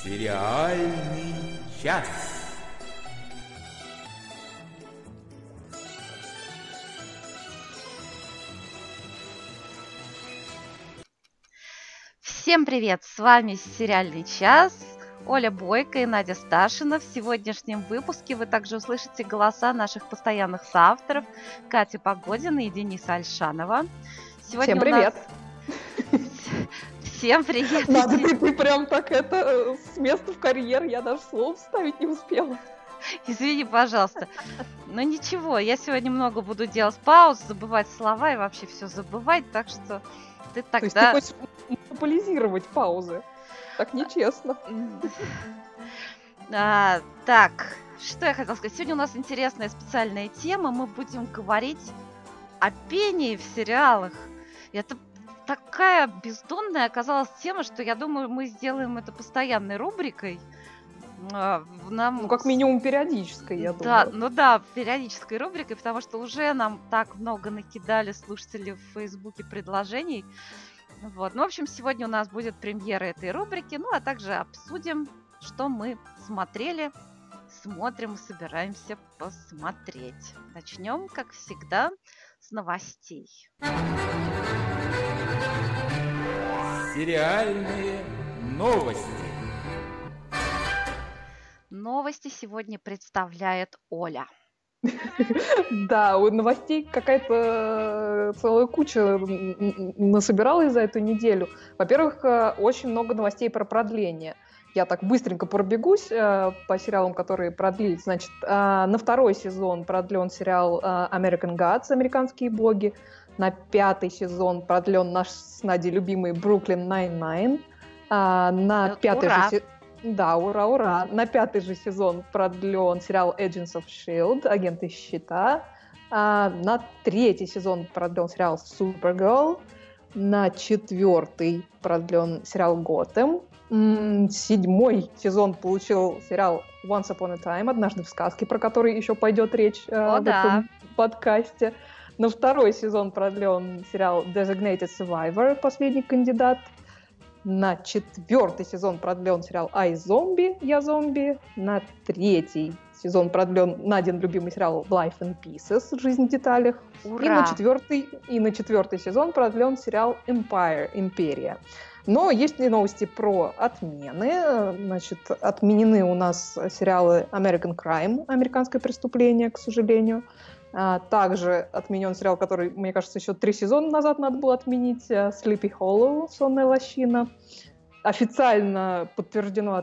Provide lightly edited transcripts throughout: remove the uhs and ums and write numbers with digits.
Сериальный час. Всем привет! С вами «Сериальный час», Оля Бойко и Надя Сташина. В сегодняшнем выпуске вы также услышите голоса наших постоянных соавторов Кати Погодина и Дениса Альшанова. Сегодня всем привет! Всем привет! Надя, ты прям так с места в карьер, я даже слов вставить не успела. Извини, пожалуйста. Но ничего, я сегодня много буду делать пауз, забывать слова и вообще все забывать, так что ты тогда... То есть ты хочешь монополизировать паузы? Так нечестно. Так, что я хотела сказать? Сегодня у нас интересная специальная тема. Мы будем говорить о пении в сериалах. И это такая бездонная оказалась тема, что я думаю, мы сделаем это постоянной рубрикой. Ну, как минимум периодической, я думаю. Да, периодической рубрикой, потому что уже нам так много накидали слушатели в Фейсбуке предложений. Вот. Ну, в общем, сегодня у нас будет премьера этой рубрики, ну, а также обсудим, что мы смотрели, смотрим и собираемся посмотреть. Начнем, как всегда, с новостей. Сериальные новости. Новости сегодня представляет Оля. Да, у новостей какая-то целая куча насобиралась за эту неделю. Во-первых, очень много новостей про продление. Я так быстренько пробегусь по сериалам, которые продлились. Значит, на второй сезон продлен сериал American Gods, американские боги. На пятый сезон продлен наш с Надей любимый Brooklyn Nine-Nine. На пятый же... Да, ура! На пятый же сезон продлен сериал Agents of S.H.I.E.L.D., агенты щита. На третий сезон продлен сериал Supergirl. На четвертый продлен сериал Готэм. Седьмой сезон получил сериал Once Upon a Time, однажды в сказке, про который еще пойдет речь в этом подкасте. На второй сезон продлен сериал Designated Survivor, последний кандидат. На четвертый сезон продлен сериал I, Zombie, Я зомби. На третий сезон продлен Надин любимый сериал Life in Pieces, Жизнь в деталях. Ура! И на четвертый сезон продлен сериал Empire, Империя. Но есть ли новости про отмены? Значит, отменены у нас сериалы American Crime, Американское преступление, к сожалению. Также отменен сериал, который, мне кажется, еще 3 сезона назад надо было отменить, Sleepy Hollow, Сонная лощина. Официально подтверждена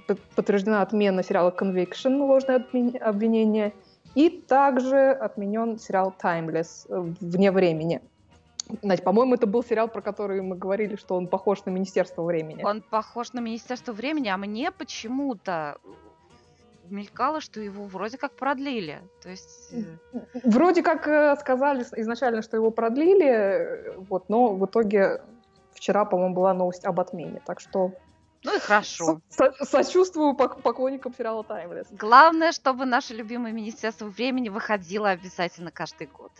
отмена сериала Conviction, ложное обвинение. И также отменен сериал Timeless, Вне времени. Значит, по-моему, это был сериал, про который мы говорили, что он похож на Министерство времени. Он похож на Министерство времени, а мне почему-то мелькало, что его вроде как продлили. То есть... Вроде как сказали изначально, что его продлили, вот, но в итоге вчера, по-моему, была новость об отмене. Так что... Ну и хорошо. Сочувствую поклонникам сериала Timeless. Главное, чтобы наше любимое Министерство времени выходило обязательно каждый год.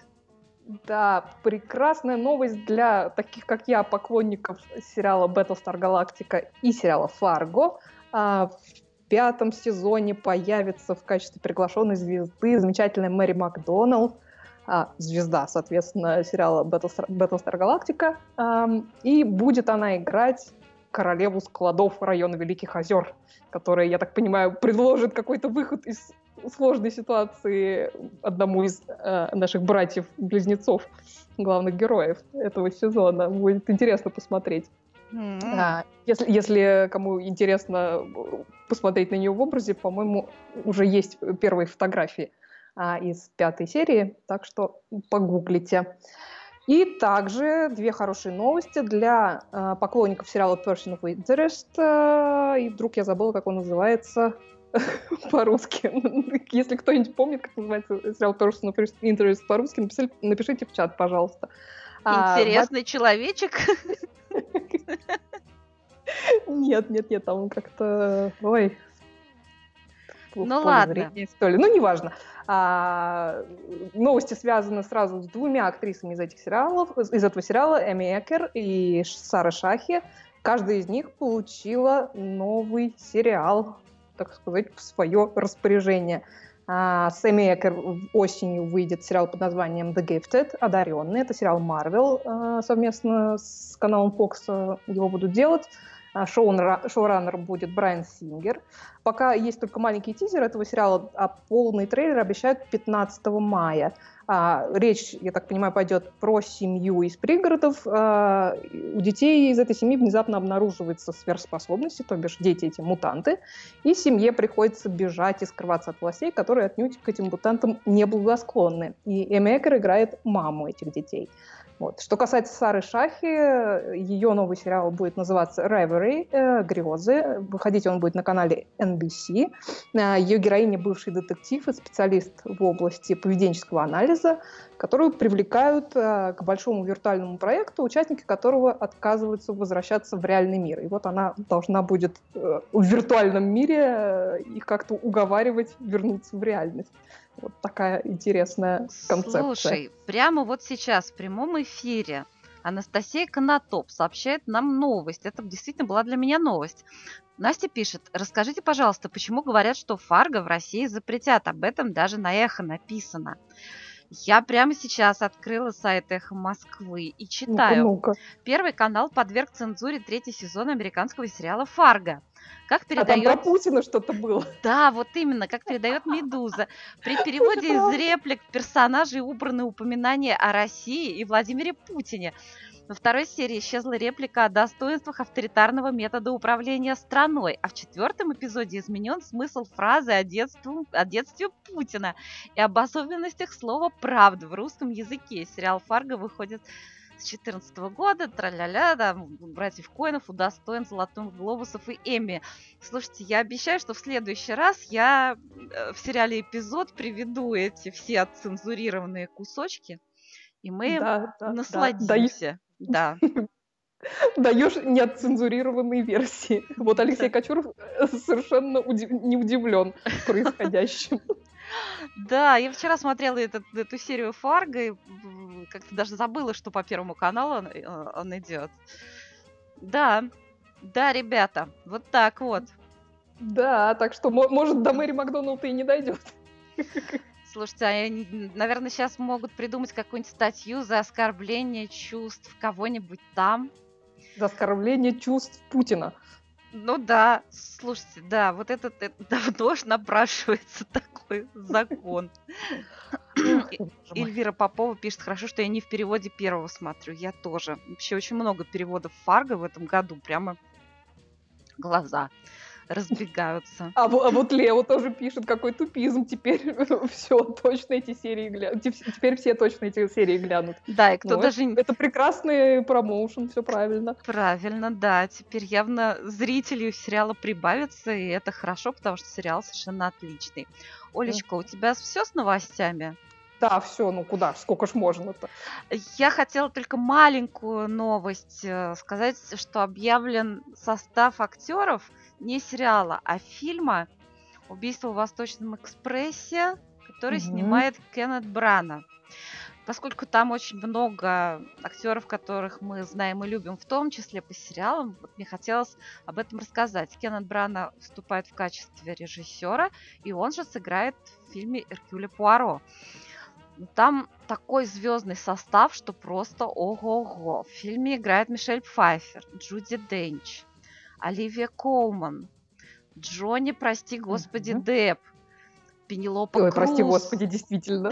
Да, прекрасная новость для таких, как я, поклонников сериала Battlestar Galactica и сериала Fargo. В пятом сезоне появится в качестве приглашенной звезды замечательная Мэри Макдоналд, звезда, соответственно, сериала Battlestar Galactica, и будет она играть королеву складов района Великих озер, которая, я так понимаю, предложит какой-то выход из сложной ситуации одному из наших братьев-близнецов, главных героев этого сезона. Будет интересно посмотреть. Если кому интересно посмотреть на нее в образе, по-моему, уже есть первые фотографии из 5 серии, так что погуглите. И также 2 хорошие новости для поклонников сериала Person of Interest. И вдруг я забыла, как он называется по-русски. Если кто-нибудь помнит, как называется сериал Person of Interest по-русски, напишите в чат, пожалуйста. Интересный человечек. Нет, там как-то... Ой. Ну ладно. Что ли. Ну, неважно. Новости связаны сразу с 2 актрисами из этого сериала, Эми Экер и Сара Шахи. Каждая из них получила новый сериал, так сказать, в свое распоряжение. Сэмми Экер осенью выйдет сериал под названием The Gifted, «Одаренный». Это сериал Marvel, совместно с каналом Fox его будут делать. Шоураннер будет Брайан Сингер. Пока есть только маленький тизер этого сериала, а полный трейлер обещают 15 мая. Речь, я так понимаю, пойдет про семью из пригородов. У детей из этой семьи внезапно обнаруживаются сверхспособности, то бишь дети эти мутанты, и семье приходится бежать и скрываться от властей, которые отнюдь к этим мутантам не благосклонны. И Эми Экер играет маму этих детей. Вот. Что касается Сары Шахи, ее новый сериал будет называться «Reverie», «Грезы». Выходить он будет на канале NBC. Ее героиня — бывший детектив и специалист в области поведенческого анализа, которую привлекают к большому виртуальному проекту, участники которого отказываются возвращаться в реальный мир. И вот она должна будет в виртуальном мире их как-то уговаривать вернуться в реальность. Вот такая интересная концепция. Слушай, прямо вот сейчас в прямом эфире Анастасия Конотоп сообщает нам новость. Это действительно была для меня новость. Настя пишет: расскажите, пожалуйста, почему говорят, что Фарго в России запретят? Об этом даже на Эхо написано. Я прямо сейчас открыла сайт Эхо Москвы и читаю. Ну-ка. Первый канал подверг цензуре 3-й сезон американского сериала «Фарго». Как передает... там про Путина что-то было. Да, вот именно, как передает «Медуза». При переводе из реплик персонажей убраны упоминания о России и Владимире Путине. Во второй серии исчезла реплика о достоинствах авторитарного метода управления страной, а в 4-м эпизоде изменен смысл фразы о детстве Путина и об особенностях слова «правда» в русском языке. Сериал «Фарго» выходит с 2014 года, тра-ля-ля, там, братьев Коэнов удостоен Золотых Глобусов и Эмми. Слушайте, я обещаю, что в следующий раз я в сериале «Эпизод» приведу эти все отцензурированные кусочки, и мы насладимся. Да. Даешь неотцензурированные версии. Вот Алексей Кочуров совершенно не удивлен происходящим. Да, я вчера смотрела эту серию «Фарго» и как-то даже забыла, что по Первому каналу он идет. Да, ребята, вот так вот. Да, так что, может, до Мэри Макдоналда и не дойдет. Слушайте, они, наверное, сейчас могут придумать какую-нибудь статью за оскорбление чувств кого-нибудь там. За оскорбление чувств Путина. Ну да, слушайте, да, вот это давно ж напрашивается такой закон. Эльвира Попова пишет: хорошо, что я не в переводе первого смотрю. Я тоже. Вообще очень много переводов Фарго в этом году. Прямо глаза разбегаются. А вот Лео тоже пишет, какой тупизм. Теперь все точно эти серии глянут. Теперь все точно эти серии глянут. Да, и кто даже... Это прекрасный промоушен, все правильно. Правильно, да. Теперь явно зрителей сериала прибавится, и это хорошо, потому что сериал совершенно отличный. Олечка, у тебя все с новостями? Да, все, ну куда, сколько ж можно-то? Я хотела только маленькую новость сказать, что объявлен состав актеров не сериала, а фильма «Убийство в Восточном экспрессе», который снимает Кеннет Брана. Поскольку там очень много актеров, которых мы знаем и любим, в том числе по сериалам, вот мне хотелось об этом рассказать. Кеннет Брана вступает в качестве режиссера, и он же сыграет в фильме «Эркюль Пуаро». Там такой звездный состав, что просто ого-го. В фильме играет Мишель Пфайффер, Джуди Денч, Оливия Колман, Джонни, прости господи, Депп, Пенелопа Круз. Ой, прости господи, действительно.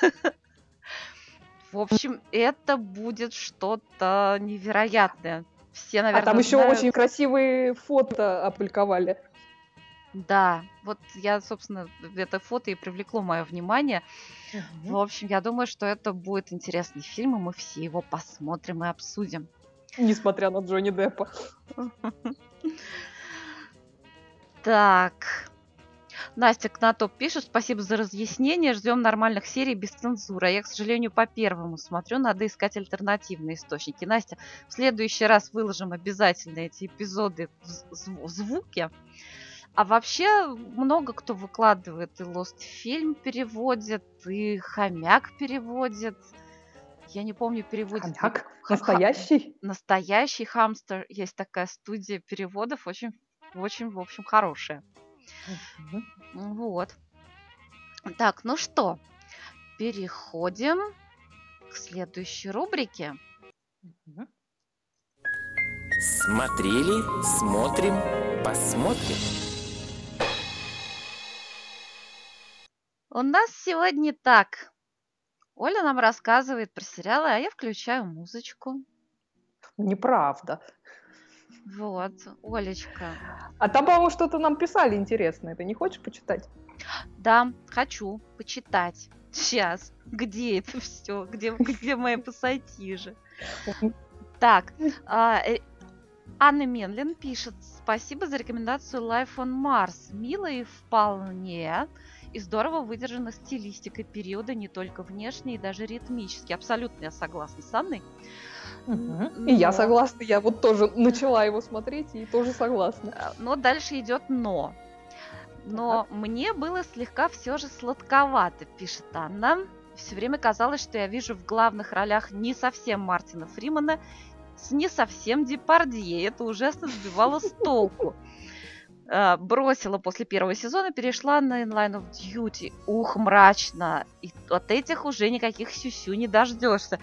В общем, это будет что-то невероятное. Все, наверное, там еще знают... очень красивые фото опубликовали. Да, вот я, собственно, это фото и привлекло мое внимание. В общем, я думаю, что это будет интересный фильм, и мы все его посмотрим и обсудим. Несмотря на Джонни Деппа. Так. Настя Кнатоп пишет: спасибо за разъяснение, ждем нормальных серий без цензуры. А я, к сожалению, по первому смотрю, надо искать альтернативные источники. Настя, в следующий раз выложим обязательно эти эпизоды в звуке. А вообще много кто выкладывает, и Lost фильм переводит, и Хомяк переводит. Я не помню, переводит. Хомяк? Настоящий? Настоящий хамстер. Есть такая студия переводов, очень, очень, в общем, хорошая. Вот. Так, ну что, переходим к следующей рубрике. Смотрели, смотрим, посмотрим. У нас сегодня так. Оля нам рассказывает про сериалы, а я включаю музычку. Неправда. Вот, Олечка. А там, по-моему, что-то нам писали интересное. Ты не хочешь почитать? Да, хочу почитать. Сейчас. Где это все? Где мои пассатижи? Так, Анна Менлин пишет: спасибо за рекомендацию Life on Mars. Мило и вполне. И здорово выдержана стилистикой периода, не только внешне, и даже ритмически. Абсолютно я согласна с Анной. И я согласна. Я вот тоже начала его смотреть и тоже согласна. Но дальше идет но. Но мне было слегка все же сладковато, пишет Анна. Все время казалось, что я вижу в главных ролях не совсем Мартина Фримена, не совсем Депардье. Это ужасно сбивало с толку. Бросила после первого сезона, перешла на In Line of Duty. Ух, мрачно. И от этих уже никаких сюсю не дождешься.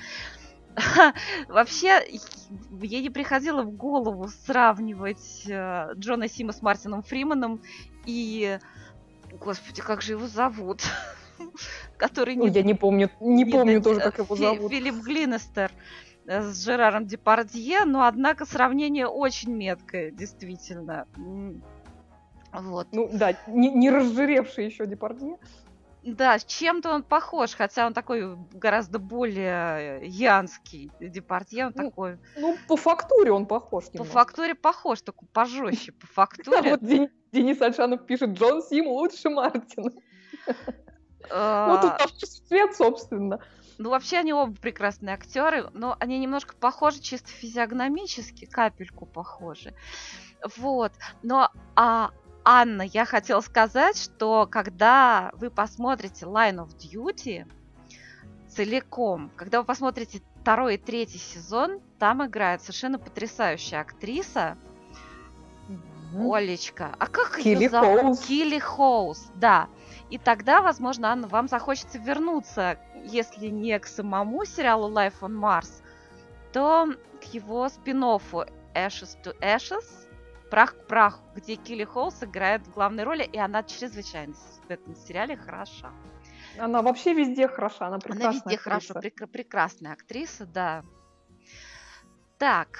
Вообще, ей не приходило в голову сравнивать Джона Сима с Мартином Фрименом и... Господи, как же его зовут? Который я не помню тоже, как его зовут. Филипп Глинестер с Жераром Депардье, но, однако, сравнение очень меткое, действительно. Вот. Ну да, не разжиревший еще Депардье. Да, чем-то он похож, хотя он такой гораздо более янский. Депардье, он такой... Ну, по фактуре он похож немного. По фактуре похож, только пожестче. По фактуре... Вот Денис Альшанов пишет: Джон Сим лучше Мартина. Ну, тут цвет, собственно. Ну, вообще, они оба прекрасные актеры, но они немножко похожи чисто физиогномически, капельку похожи. Вот. Но... Анна, я хотела сказать, что когда вы посмотрите Line of Duty целиком, когда вы посмотрите 2 и 3 сезон, там играет совершенно потрясающая актриса Олечка. А как ее зовут? Килли Хоус, да. И тогда, возможно, Анна, вам захочется вернуться, если не к самому сериалу Life on Mars, то к его спин-оффу Ashes to Ashes, Прах к праху, где Килли Хоус играет в главной роли, и она чрезвычайно в этом сериале хороша. Она вообще везде хороша, она прекрасная. Она везде хороша, прекрасная актриса, да. Так,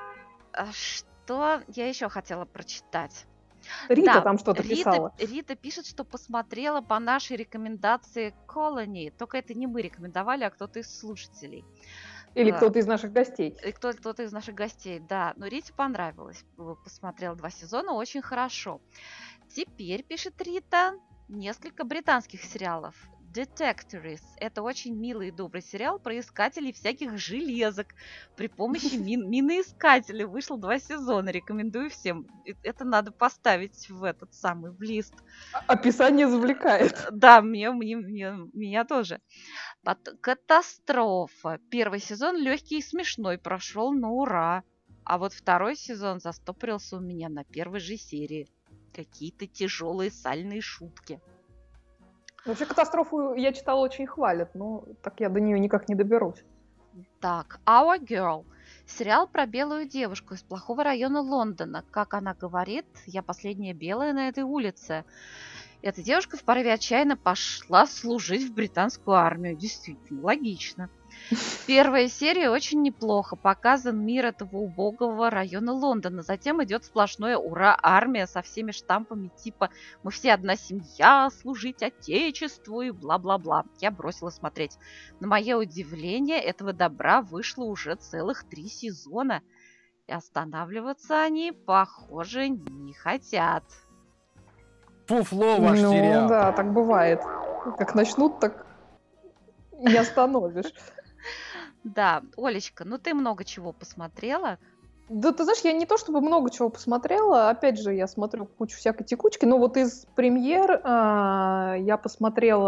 что я еще хотела прочитать? Рита там что-то писала. Рита пишет, что посмотрела по нашей рекомендации Colony, только это не мы рекомендовали, а кто-то из слушателей. Или кто-то из наших гостей. Кто-то из наших гостей, да. Но Рите понравилось. Посмотрела 2 сезона, очень хорошо. Теперь, пишет Рита, несколько британских сериалов. Detectories. Это очень милый и добрый сериал про искателей всяких железок при помощи миноискателя. Вышло 2 сезона. Рекомендую всем. Это надо поставить в этот самый в лист. Описание завлекает. Да, меня тоже. Катастрофа. 1 сезон легкий и смешной, прошел на ура. А вот 2 сезон застопорился у меня на 1 же серии. Какие-то тяжелые сальные шутки. Вообще катастрофу я читала, очень хвалят, но так я до нее никак не доберусь. Так, Our Girl. Сериал про белую девушку из плохого района Лондона. Как она говорит, я последняя белая на этой улице. Эта девушка в порыве отчаянно пошла служить в британскую армию. Действительно, логично. 1 серия очень неплохо. Показан мир этого убогого района Лондона. Затем идет сплошное ура, армия со всеми штампами типа «Мы все одна семья, служить Отечеству» и бла-бла-бла. Я бросила смотреть. На мое удивление, этого добра вышло уже целых 3 сезона. И останавливаться они, похоже, не хотят. Фуфло ваш сериал. Ну да, так бывает. Как начнут, так не остановишь. Да, Олечка, ну ты много чего посмотрела. Да, ты знаешь, я не то чтобы много чего посмотрела, опять же, я смотрю кучу всякой текучки, но вот из премьер я посмотрела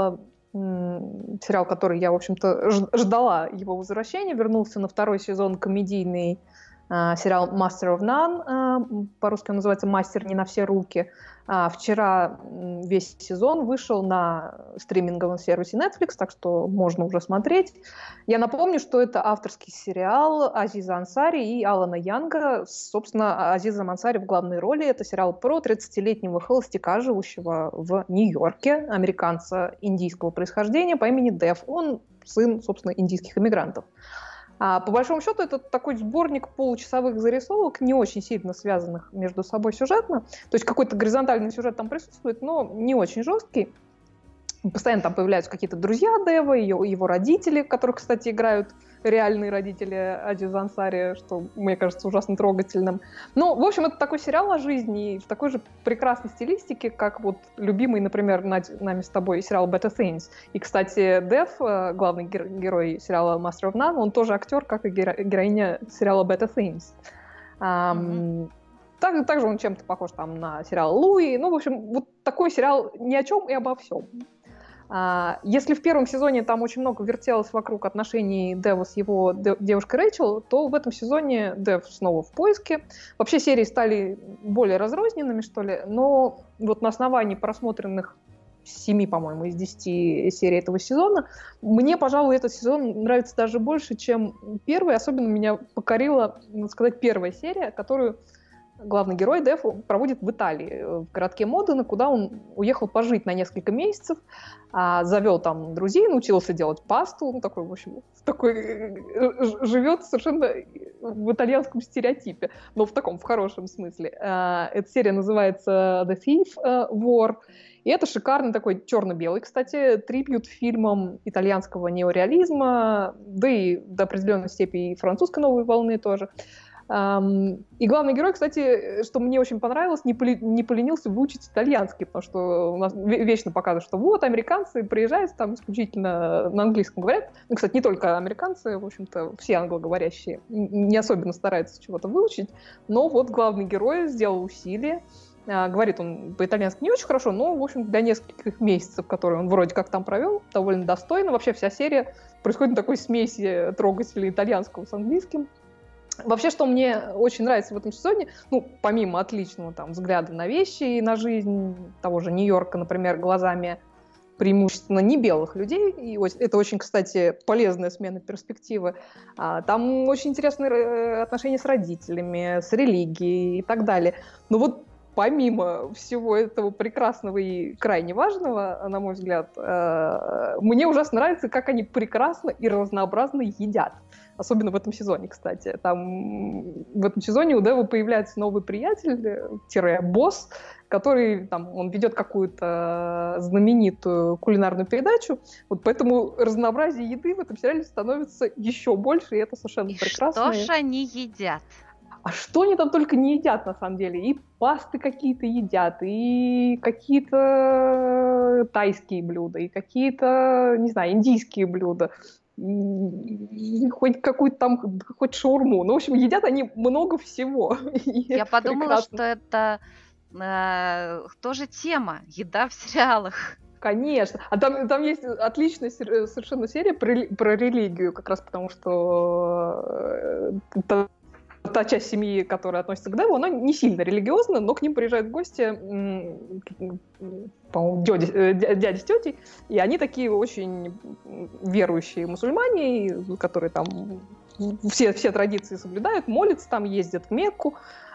сериал, который я, в общем-то, ждала его возвращения. Вернулся на второй сезон комедийный сериал Master of None, по-русски он называется «Мастер не на все руки». Вчера весь сезон вышел на стриминговом сервисе Netflix, так что можно уже смотреть. Я напомню, что это авторский сериал Азиза Ансари и Алана Янга. Собственно, Азиза Ансари в главной роли. Это сериал про 30-летнего холостяка, живущего в Нью-Йорке, американца индийского происхождения по имени Дэв. Он сын, собственно, индийских иммигрантов. По большому счету, это такой сборник получасовых зарисовок, не очень сильно связанных между собой сюжетно. То есть какой-то горизонтальный сюжет там присутствует, но не очень жесткий. Постоянно там появляются какие-то друзья Дэва, его родители, которых, кстати, играют реальные родители Азиза Ансари, что, мне кажется, ужасно трогательным. Ну, в общем, это такой сериал о жизни в такой же прекрасной стилистике, как вот любимый, например, нами с тобой сериал Better Things. И, кстати, Дэв, главный герой сериала Master of None, он тоже актер, как и героиня сериала Better Things. Также он чем-то похож там на сериал Луи. Ну, в общем, вот такой сериал ни о чем и обо всем. Если в первом сезоне там очень много вертелось вокруг отношений Дэва с его девушкой Рэйчел, то в этом сезоне Дэв снова в поиске. Вообще серии стали более разрозненными, что ли, но вот на основании просмотренных 7, по-моему, из 10 серий этого сезона, мне, пожалуй, этот сезон нравится даже больше, чем первый. Особенно меня покорила, надо сказать, первая серия, которую главный герой Дэв проводит в Италии, в городке Модена, куда он уехал пожить на несколько месяцев, завел там друзей, научился делать пасту, ну, такой, в общем, живет совершенно в итальянском стереотипе, но в хорошем смысле. Эта серия называется The Thief War, и это шикарный такой черно-белый, кстати, трибьют фильмам итальянского неореализма, да и до определенной степени и французской новой волны тоже. И главный герой, кстати, что мне очень понравилось, не поленился выучить итальянский, потому что у нас вечно показывают, что вот американцы приезжают, там исключительно на английском говорят. Ну, кстати, не только американцы, в общем-то, все англоговорящие не особенно стараются чего-то выучить, но вот главный герой сделал усилие. Говорит он по-итальянски не очень хорошо, но, в общем, для нескольких месяцев, которые он вроде как там провел, довольно достойно. Вообще вся серия происходит на такой смеси трогателя итальянского с английским. Вообще, что мне очень нравится в этом сезоне, ну, помимо отличного там взгляда на вещи и на жизнь того же Нью-Йорка, например, глазами преимущественно не белых людей, и это очень, кстати, полезная смена перспективы, там очень интересные отношения с родителями, с религией и так далее. Но вот помимо всего этого прекрасного и крайне важного, на мой взгляд, мне ужасно нравится, как они прекрасно и разнообразно едят. Особенно в этом сезоне, кстати. Там в этом сезоне у Дэва появляется новый приятель-босс, который там, он ведет какую-то знаменитую кулинарную передачу. Вот поэтому разнообразие еды в этом сериале становится еще больше, и это совершенно прекрасно. Что ж они едят? А что они там только не едят, на самом деле? И пасты какие-то едят, и какие-то тайские блюда, и какие-то, не знаю, индийские блюда. Хоть какую-то там, хоть шаурму. Ну, в общем, едят они много всего. Я подумала, что это тоже тема еда в сериалах. Конечно. А там есть отличная совершенно серия про религию, как раз потому что та часть семьи, которая относится к Дэву, она не сильно религиозна, но к ним приезжают гости, по-моему, дяди с тетей, и они такие очень верующие мусульмане, которые там все традиции соблюдают, молятся там, ездят в Мекку.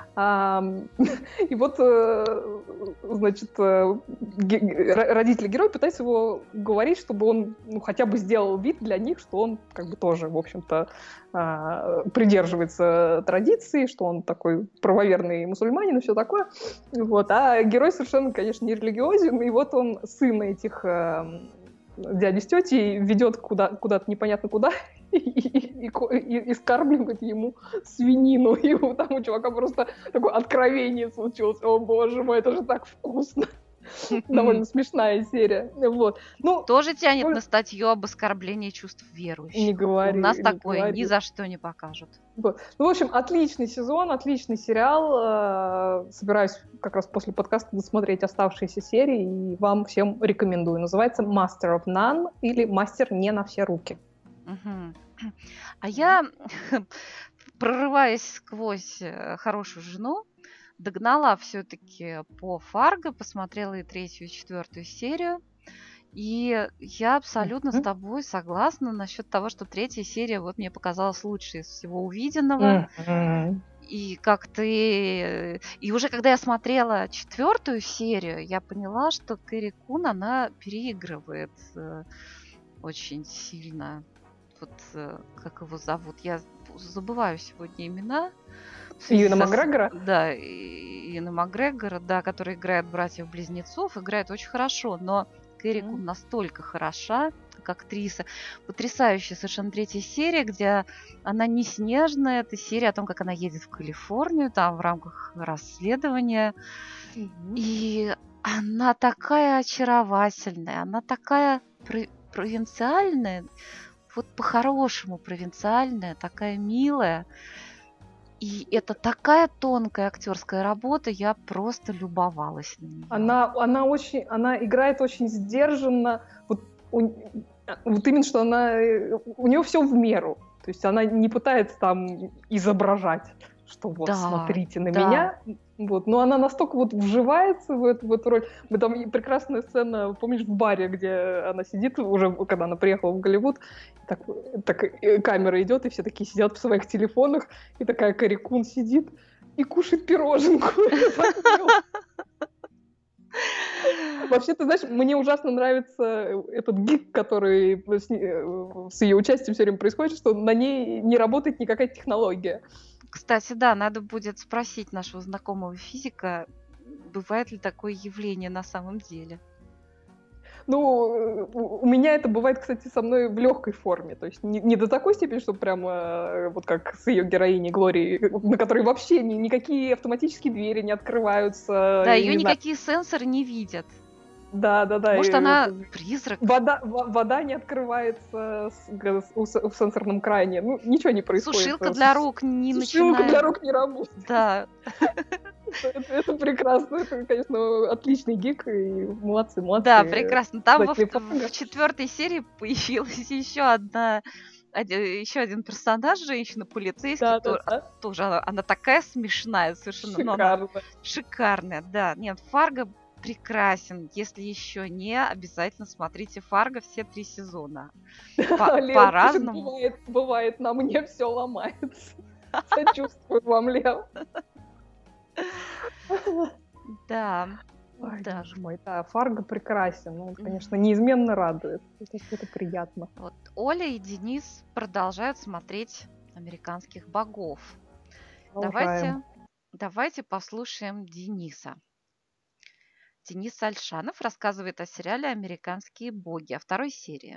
И вот, значит, родители героя пытаются его уговорить, чтобы он хотя бы сделал вид для них, что он как бы тоже, в общем-то, придерживается традиции, что он такой правоверный мусульманин и все такое. Вот. А герой совершенно, конечно, не религиозен, и вот он сына этих дяди с тетей ведет куда-то непонятно куда и скармливает ему свинину. И там у чувака просто такое откровение случилось. О, боже мой, это же так вкусно. Довольно смешная серия. Вот. Ну, Тоже тянет на статью об оскорблении чувств верующих. Не говори. У нас не такое говори. ни за что не покажут. Вот. Ну, в общем, отличный сезон, отличный сериал. Собираюсь как раз после подкаста досмотреть оставшиеся серии, и вам всем рекомендую. Называется Master of None или Мастер не на все руки. А я, прорываясь сквозь хорошую жену, догнала все-таки по Фарго, посмотрела и 3-ю, и 4-ю серию. И я абсолютно с тобой согласна насчет того, что 3-я серия вот мне показалась лучшей из всего увиденного. И как ты... И уже когда я смотрела 4-ю серию, я поняла, что Кэрри Кун, она переигрывает очень сильно. Вот как его зовут? Я забываю сегодня имена. Юэна Макгрегора? Да, Юэна Макгрегора, да, который играет братьев-близнецов, играет очень хорошо, но Кэрри Кун настолько хороша, как актриса. Потрясающая совершенно 3-я серия, где она не снежная, это серия о том, как она едет в Калифорнию, там в рамках расследования. И она такая очаровательная, она такая провинциальная, вот по-хорошему провинциальная, такая милая. И это такая тонкая актерская работа, я просто любовалась на нее. Она играет очень сдержанно. Вот именно, что у нее все в меру. То есть она не пытается там изображать, что вот, да, смотрите на меня. Вот. Но она настолько вот вживается в эту роль. Там прекрасная сцена, помнишь, в баре, где она сидит, уже когда она приехала в Голливуд, так камера идет, и все такие сидят в своих телефонах, и такая Кэрри Кун сидит и кушает пироженку. Вообще, ты знаешь, мне ужасно нравится этот гик, который с ее участием все время происходит, что на ней не работает никакая технология. Кстати, да, надо будет спросить нашего знакомого физика, бывает ли такое явление на самом деле. Ну, у меня это бывает, кстати, со мной в легкой форме. То есть не до такой степени, что прямо вот как с ее героиней Глорией, на которой вообще никакие автоматические двери не открываются. Да, ее никакие сенсоры не видят. Да. Может, она призрак? Вода не открывается в сенсорном кране. Ну, ничего не происходит. Сушилка для рук не начинает. Сушилка для рук не работает. Да. Это прекрасно. Это, конечно, отличный гик. И молодцы. Да, прекрасно. Там в 4-й серии появилась еще один персонаж, женщина-полицейский. Тоже она такая смешная совершенно. Шикарная, да. Нет, Фарго прекрасен. Если еще не, обязательно смотрите Фарго все 3 сезона. По-разному. Бывает, на мне все ломается. Сочувствую вам, Лев. Да. Ой, боже мой, да, Фарго прекрасен. Он, конечно, неизменно радует. Это приятно. Вот Оля и Денис продолжают смотреть «Американских богов». Давайте послушаем Дениса. Денис Альшанов рассказывает о сериале «Американские боги», о 2-й серии.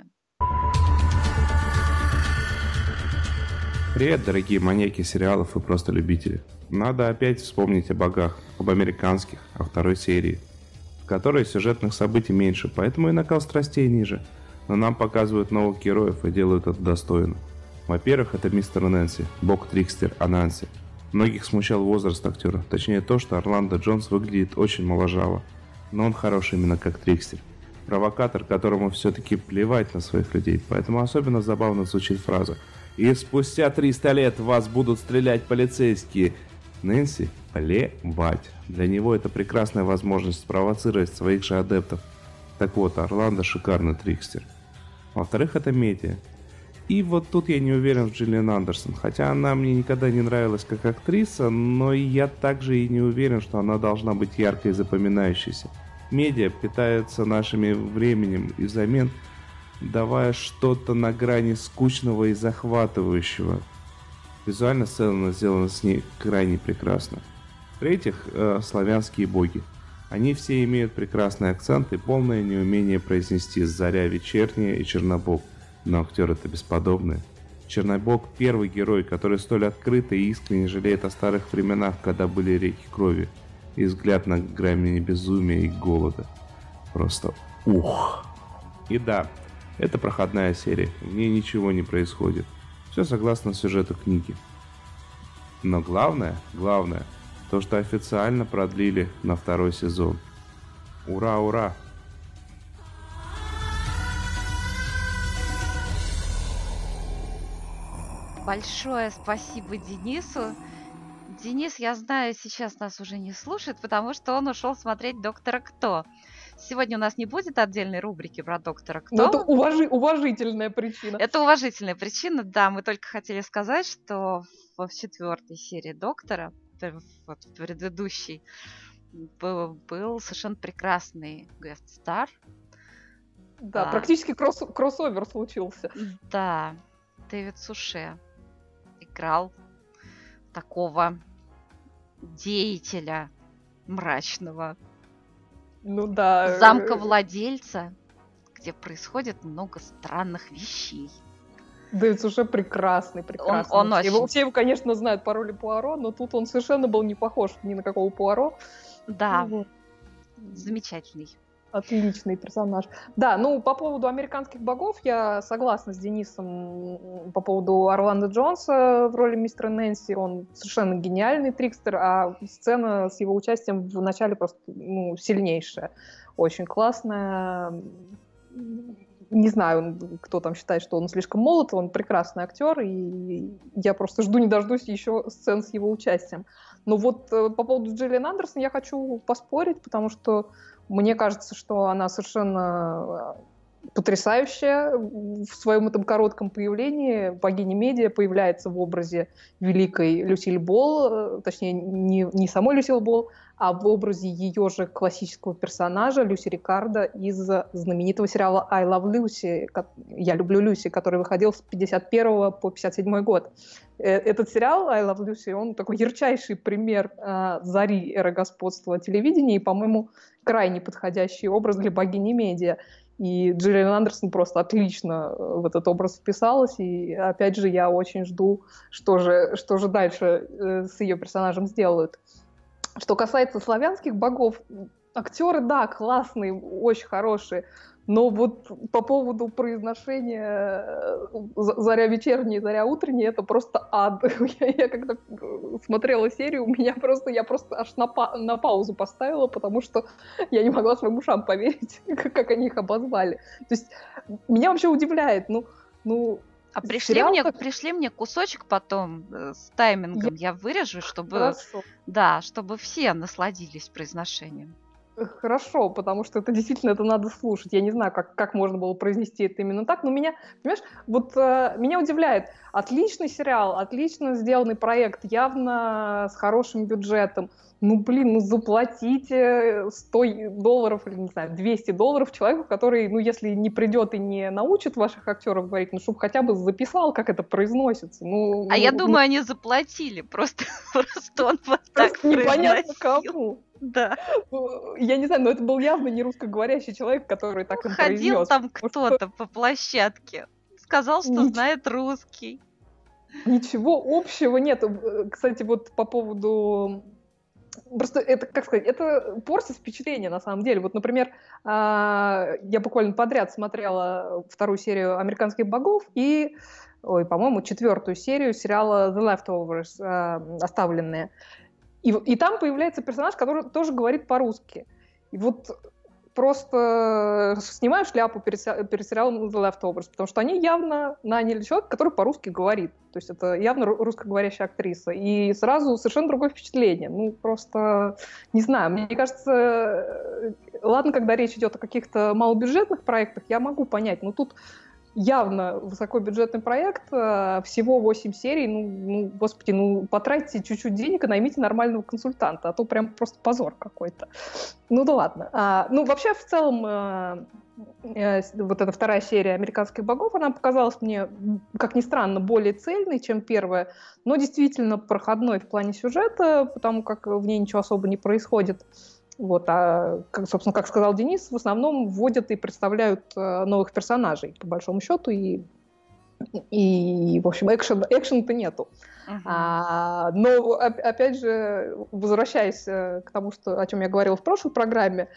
Привет, дорогие маньяки сериалов и просто любители. Надо опять вспомнить о богах, об американских, о 2-й серии, в которой сюжетных событий меньше, поэтому и накал страстей ниже. Но нам показывают новых героев и делают это достойно. Во-первых, это мистер Нэнси, бог-трикстер Ананси. Многих смущал возраст актера, точнее то, что Орландо Джонс выглядит очень моложаво. Но он хорош именно как трикстер. Провокатор, которому все-таки плевать на своих людей, поэтому особенно забавно звучит фраза «И спустя 300 лет вас будут стрелять полицейские». Нэнси плевать. Для него это прекрасная возможность спровоцировать своих же адептов. Так вот, Орландо шикарный трикстер. Во-вторых, это медиа. И вот тут я не уверен в Джиллиан Андерсон, хотя она мне никогда не нравилась как актриса, но я также и не уверен, что она должна быть яркой и запоминающейся. Медиа питаются нашим временем и взамен давая что-то на грани скучного и захватывающего. Визуально сцена сделана с ней крайне прекрасно. В-третьих, славянские боги. Они все имеют прекрасный акцент и полное неумение произнести «Заря вечерняя» и «Чернобог». Но актеры-то бесподобные. Чернобог – первый герой, который столь открыто и искренне жалеет о старых временах, когда были реки крови. и взгляд на грани безумия и голода. Просто ух! И да, это проходная серия, в ней ничего не происходит. Все согласно сюжету книги. Но главное, то, что официально продлили на 2-й сезон. Ура, ура! Большое спасибо Денису. Денис, я знаю, сейчас нас уже не слушает, потому что он ушел смотреть «Доктора Кто». Сегодня у нас не будет отдельной рубрики про «Доктора Кто». Но это уважительная причина. Это уважительная причина, да. Мы только хотели сказать, что в 4-й серии «Доктора», вот в предыдущей, был совершенно прекрасный гест-стар. Да, практически кроссовер случился. Да, Дэвид Суше играл такого деятеля мрачного, ну да, замковладельца, где происходит много странных вещей. Дэвид Суше прекрасный. Он очень... Все его, конечно, знают по роли Пуаро, но тут он совершенно был не похож ни на какого Пуаро. Да, замечательный. Отличный персонаж. Да, ну, по поводу «Американских богов» я согласна с Денисом по поводу Орландо Джонса в роли мистера Нэнси. Он совершенно гениальный трикстер, а сцена с его участием в начале просто сильнейшая. Очень классная. Не знаю, кто там считает, что он слишком молод, он прекрасный актер, и я просто жду не дождусь еще сцен с его участием. Но вот по поводу Джиллиан Андерсон я хочу поспорить, потому что мне кажется, что она совершенно потрясающая в своем этом коротком появлении. Богиня медиа появляется в образе великой Люсиль Болл, точнее, не самой Люсиль Болл, а в образе ее же классического персонажа Люси Рикардо из знаменитого сериала «I Love Lucy», «Я люблю Люси», который выходил с 51 по 57 год. Этот сериал «I Love Lucy», он такой ярчайший пример зари эры господства телевидения и, по-моему, крайне подходящий образ для богини медиа. И Джиллиан Андерсон просто отлично в этот образ вписалась. И, опять же, я очень жду, что же дальше с ее персонажем сделают. Что касается славянских богов, актеры, да, классные, очень хорошие, но вот по поводу произношения «Заря вечерняя», «Заря утренняя» — это просто ад. Я когда смотрела серию, я просто аж на паузу поставила, потому что я не могла своим ушам поверить, как они их обозвали. То есть меня вообще удивляет, А пришли мне кусочек потом с таймингом, я вырежу, чтобы все насладились произношением. Хорошо, потому что это действительно надо слушать. Я не знаю, как можно было произнести это именно так, но меня удивляет. Отличный сериал, отлично сделанный проект, явно с хорошим бюджетом. Заплатите $100 или, не знаю, $200 человеку, который, если не придет и не научит ваших актеров говорить, чтобы хотя бы записал, как это произносится. Я думаю, они заплатили, просто он вот так непонятно кому. Да. Я не знаю, но это был явно не русскоговорящий человек, который так им произнес. Ходил там кто-то по площадке, сказал, что знает русский. Ничего общего нет. Кстати, вот по поводу... Просто это, как сказать, это портит впечатление на самом деле. Вот, например, я буквально подряд смотрела 2-ю серию «Американских богов» и, по-моему, 4-ю серию сериала «The Leftovers», «Оставленные». И там появляется персонаж, который тоже говорит по-русски. И вот просто снимаю шляпу перед сериалом «The Leftovers», потому что они явно наняли человека, который по-русски говорит. То есть это явно русскоговорящая актриса. И сразу совершенно другое впечатление. Просто, не знаю, мне кажется, ладно, когда речь идет о каких-то малобюджетных проектах, я могу понять, но тут явно высокобюджетный проект, всего 8 серий, господи, потратьте чуть-чуть денег и наймите нормального консультанта, а то прям просто позор какой-то. Да ладно. Вообще, в целом, вот эта 2-я серия «Американских богов», она показалась мне, как ни странно, более цельной, чем 1-я, но действительно проходной в плане сюжета, потому как в ней ничего особо не происходит. Собственно, как сказал Денис, в основном вводят и представляют новых персонажей, по большому счету, и И, в общем, экшена-то нету. Но, опять же, возвращаясь к тому, о чем я говорила в прошлой программе,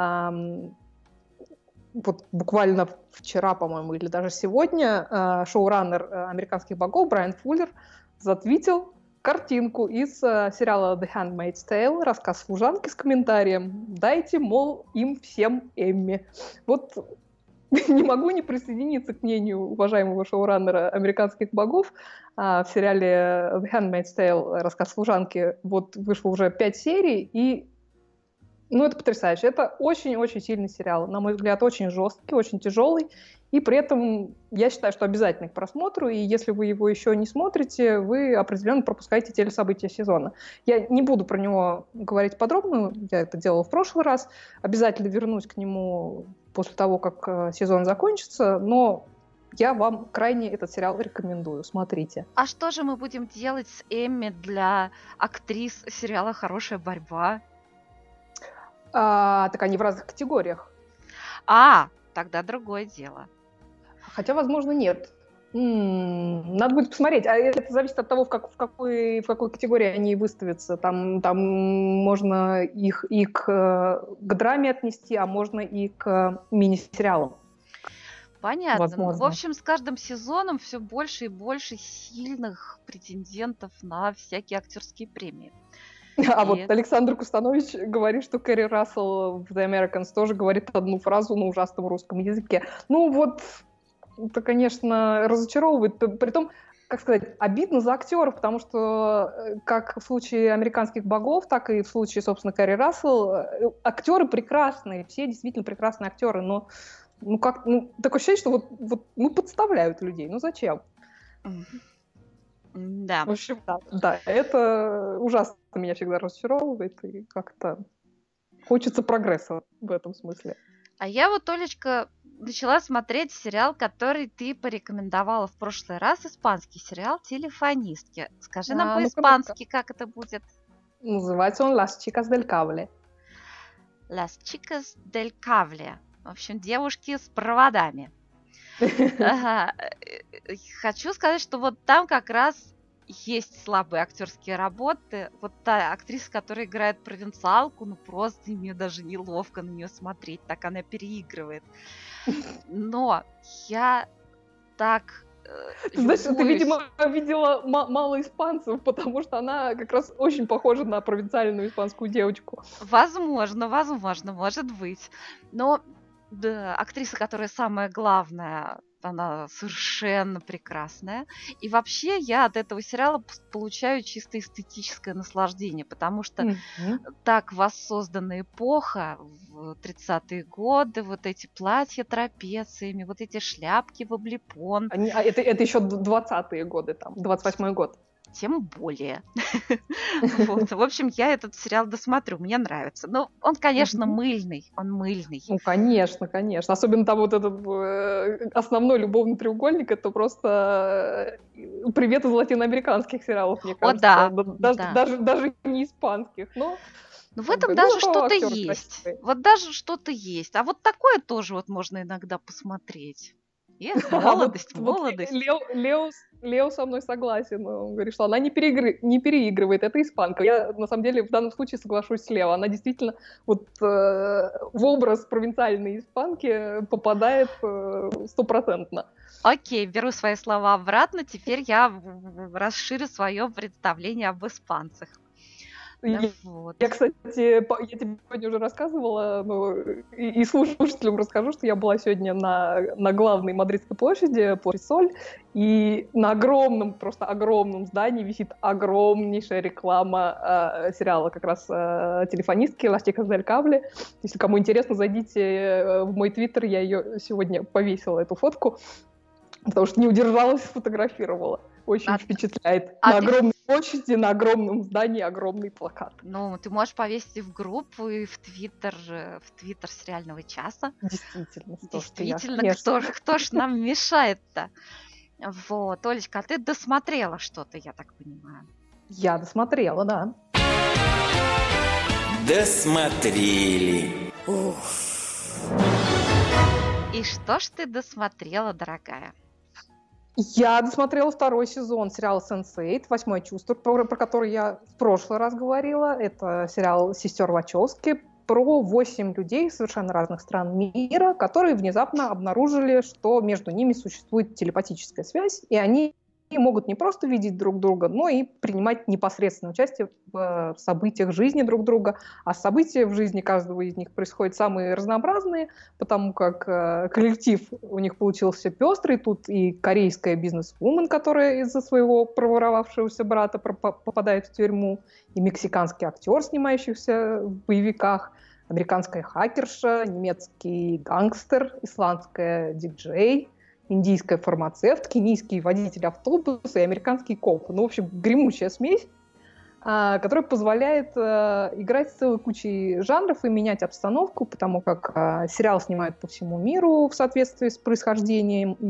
вот буквально вчера, по-моему, или даже сегодня шоураннер «Американских богов» Брайан Фуллер затвитил картинку из сериала The Handmaid's Tale, рассказ служанки с комментарием «Дайте, мол, им всем Эмми». Вот не могу не присоединиться к мнению уважаемого шоураннера «Американских богов». В сериале The Handmaid's Tale, рассказ служанки, вот вышло уже 5 серий, и это потрясающе. Это очень-очень сильный сериал. На мой взгляд, очень жесткий, очень тяжелый. И при этом я считаю, что обязательно к просмотру. И если вы его еще не смотрите, вы определенно пропускаете телесобытия сезона. Я не буду про него говорить подробно. Я это делала в прошлый раз. Обязательно вернусь к нему после того, как сезон закончится. Но я вам крайне этот сериал рекомендую. Смотрите. А что же мы будем делать с Эмми для актрис сериала «Хорошая борьба»? Так они в разных категориях. Тогда другое дело. Хотя, возможно, нет. Надо будет посмотреть. А это зависит от того, в какой категории они выставятся. Там можно их и к драме отнести, а можно и к мини-сериалам. Понятно. Возможно. В общем, с каждым сезоном все больше и больше сильных претендентов на всякие актерские премии. Вот Александр Кустанович говорит, что Кэрри Рассел в The Americans тоже говорит одну фразу на ужасном русском языке. Это, конечно, разочаровывает. Притом, как сказать, обидно за актеров, потому что как в случае «Американских богов», так и в случае, собственно, Кэрри Рассел, актеры прекрасные, все действительно прекрасные актеры, но такое ощущение, что вот подставляют людей. Зачем? Да. В общем, да, это ужасно меня всегда разочаровывает, и как-то хочется прогресса в этом смысле. А я вот, Олечка, начала смотреть сериал, который ты порекомендовала в прошлый раз, испанский сериал «Телефонистки». Скажи нам по-испански, как это будет? Называется он «Las chicas del cable». «Las chicas del cable». В общем, девушки с проводами. Хочу сказать, что вот там как раз есть слабые актерские работы. Вот та актриса, которая играет провинциалку, просто мне даже неловко на нее смотреть, так она переигрывает. Но я так... Значит, ты, видимо, видела мало испанцев, потому что она как раз очень похожа на провинциальную испанскую девочку. Возможно, может быть. Но да, актриса, которая самая главная, она совершенно прекрасная. И вообще я от этого сериала получаю чисто эстетическое наслаждение, потому что так воссоздана эпоха в 30-е годы, вот эти платья трапециями, вот эти шляпки в облепон. Это еще 20-е годы, там, 28-й год. Тем более. В общем, я этот сериал досмотрю, мне нравится. Но он, конечно, мыльный. Он мыльный. Конечно. Особенно там вот этот основной любовный треугольник, это просто привет из латиноамериканских сериалов, мне кажется. Даже не испанских. Но в этом даже что-то есть. Вот даже что-то есть. А вот такое тоже вот можно иногда посмотреть. Молодость. Лео со мной согласен. Он говорит, что она не переигрывает. Это испанка. Я, на самом деле, в данном случае соглашусь с Лео. Она действительно в образ провинциальной испанки попадает 100%. Окей, беру свои слова обратно. Теперь я расширю свое представление об испанцах. Я, кстати, я тебе сегодня уже рассказывала, и слушателям расскажу, что я была сегодня на главной Мадридской площади, площадь Соль, и на просто огромном здании висит огромнейшая реклама сериала как раз «Телефонистки» «Las chicas del cable». Если кому интересно, зайдите в мой твиттер, я ее сегодня повесила, эту фотку, потому что не удержалась, сфотографировала. Очень впечатляет. На огромной площади, на огромном здании огромный плакат. Ты можешь повесить в группу и в твиттер сериального часа. Действительно, кто ж нам мешает-то? Вот, Олечка, а ты досмотрела что-то, я так понимаю? Я досмотрела, да. Досмотрели. И что ж ты досмотрела, дорогая? Я досмотрела второй сезон сериала «Сенс8», «Восьмое чувство», про который я в прошлый раз говорила. Это сериал сестер Вачовски про 8 людей совершенно разных стран мира, которые внезапно обнаружили, что между ними существует телепатическая связь, и они могут не просто видеть друг друга, но и принимать непосредственное участие в событиях жизни друг друга. А события в жизни каждого из них происходят самые разнообразные, потому как коллектив у них получился пестрый. Тут и корейская бизнес-вумен, которая из-за своего проворовавшегося брата попадает в тюрьму, и мексиканский актер, снимающийся в боевиках, американская хакерша, немецкий гангстер, исландская диджей, индийская фармацевт, кенийский водитель автобуса и американский коп. Ну, в общем, гремучая смесь, которая позволяет играть с целой кучей жанров и менять обстановку, потому как сериал снимают по всему миру в соответствии с происхождением и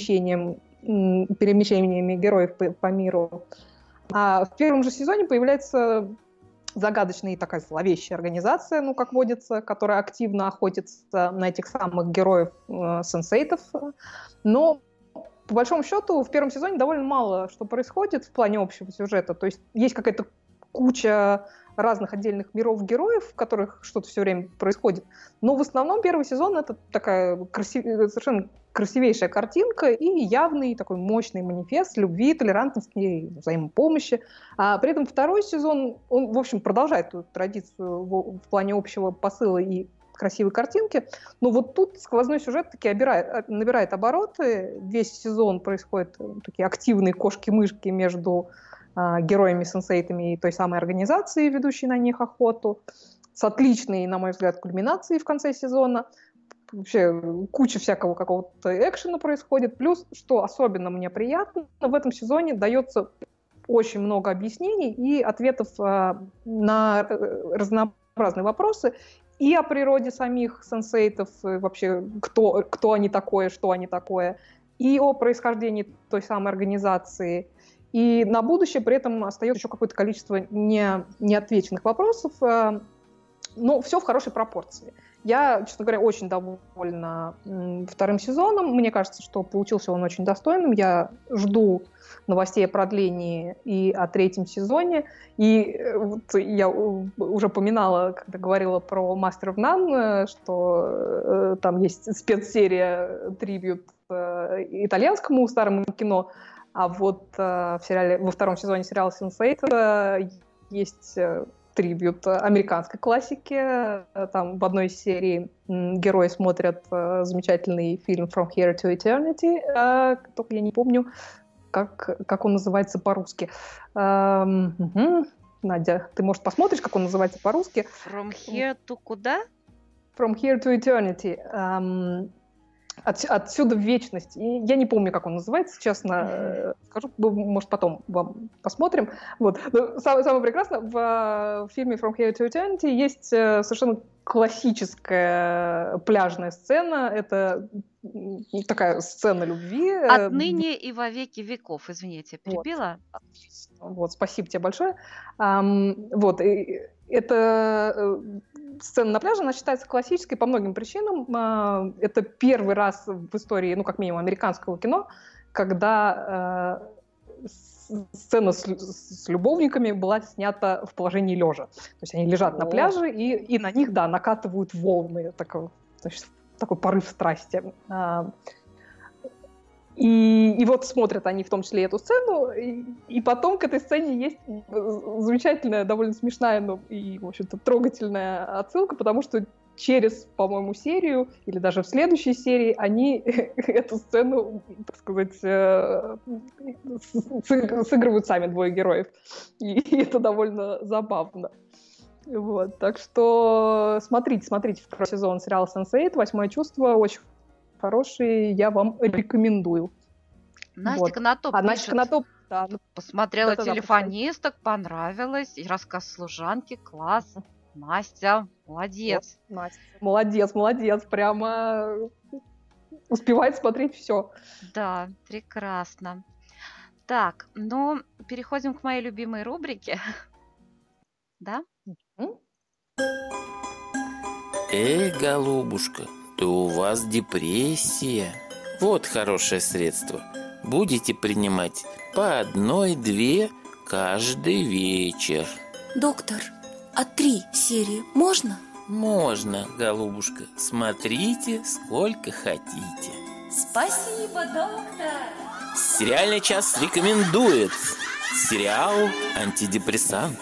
перемещениями героев по миру. А в первом же сезоне появляется загадочная и такая зловещая организация, ну, как водится, которая активно охотится на этих самых героев сенсейтов. Но, по большому счету, в первом сезоне довольно мало что происходит в плане общего сюжета. То есть есть какая-то куча разных отдельных миров героев, в которых что-то все время происходит. Но в основном первый сезон — это такая совершенно красивейшая картинка и явный такой мощный манифест любви, толерантности и взаимопомощи. А при этом второй сезон, он, в общем, продолжает эту традицию в плане общего посыла и красивой картинки. Но вот тут сквозной сюжет таки набирает обороты. Весь сезон происходят такие активные кошки-мышки между героями-сенсейтами и той самой организацией, ведущей на них охоту, с отличной, на мой взгляд, кульминацией в конце сезона. Вообще куча всякого какого-то экшена происходит. Плюс, что особенно мне приятно, в этом сезоне дается очень много объяснений и ответов на разнообразные вопросы и о природе самих сенсейтов, вообще кто они такое, что они такое, и о происхождении той самой организации. И на будущее при этом остается еще какое-то количество неотвеченных вопросов, но все в хорошей пропорции. Я, честно говоря, очень довольна вторым сезоном. Мне кажется, что получился он очень достойным. Я жду новостей о продлении и о третьем сезоне. И вот я уже упоминала, когда говорила про Master of None, что там есть спецсерия трибьют итальянскому старому кино. А вот во втором сезоне сериала Sense8 есть трибьют американской классики. Там в одной из серий герои смотрят замечательный фильм From Here to Eternity, только я не помню, как он называется по-русски. Надя, ты, может, посмотришь, как он называется по-русски? From Here to куда? From Here to Eternity. Отсюда в вечность. И я не помню, как он называется, честно скажу. Может, потом вам посмотрим. Вот. Но самое прекрасное, в фильме From Here to Eternity есть совершенно классическая пляжная сцена. Это такая сцена любви. Отныне и во веки веков. Извините, перебила. Вот, спасибо тебе большое. Вот. Это сцена на пляже, она считается классической по многим причинам. Это первый раз в истории, ну, как минимум, американского кино, когда сцена с любовниками была снята в положении лежа. То есть они лежат на пляже, и на них, да, накатывают волны. Такой порыв страсти. И вот смотрят они в том числе эту сцену, и потом к этой сцене есть замечательная, довольно смешная, но и, в общем-то, трогательная отсылка, потому что через, по-моему, серию, или даже в следующей серии, они эту сцену, так сказать, сыгрывают сами двое героев. И это довольно забавно. Вот, так что смотрите второй сезон сериала Sense8, «Восьмое чувство», очень хороший, я вам рекомендую. Настя Конотоп пишет. Настя Конотоп, да. Посмотрела «Телефонисток», понравилось. И рассказ служанки, класс. Настя, молодец. Вот, Настя, молодец. Прямо успевает смотреть все. Да, прекрасно. Так, ну, переходим к моей любимой рубрике. Да? Голубушка, то у вас депрессия. Вот хорошее средство. будете принимать по 1-2 каждый вечер. Доктор, а 3 серии можно? Можно, голубушка. Смотрите, сколько хотите. Спасибо, доктор. Сериальный час рекомендует сериал «Антидепрессант».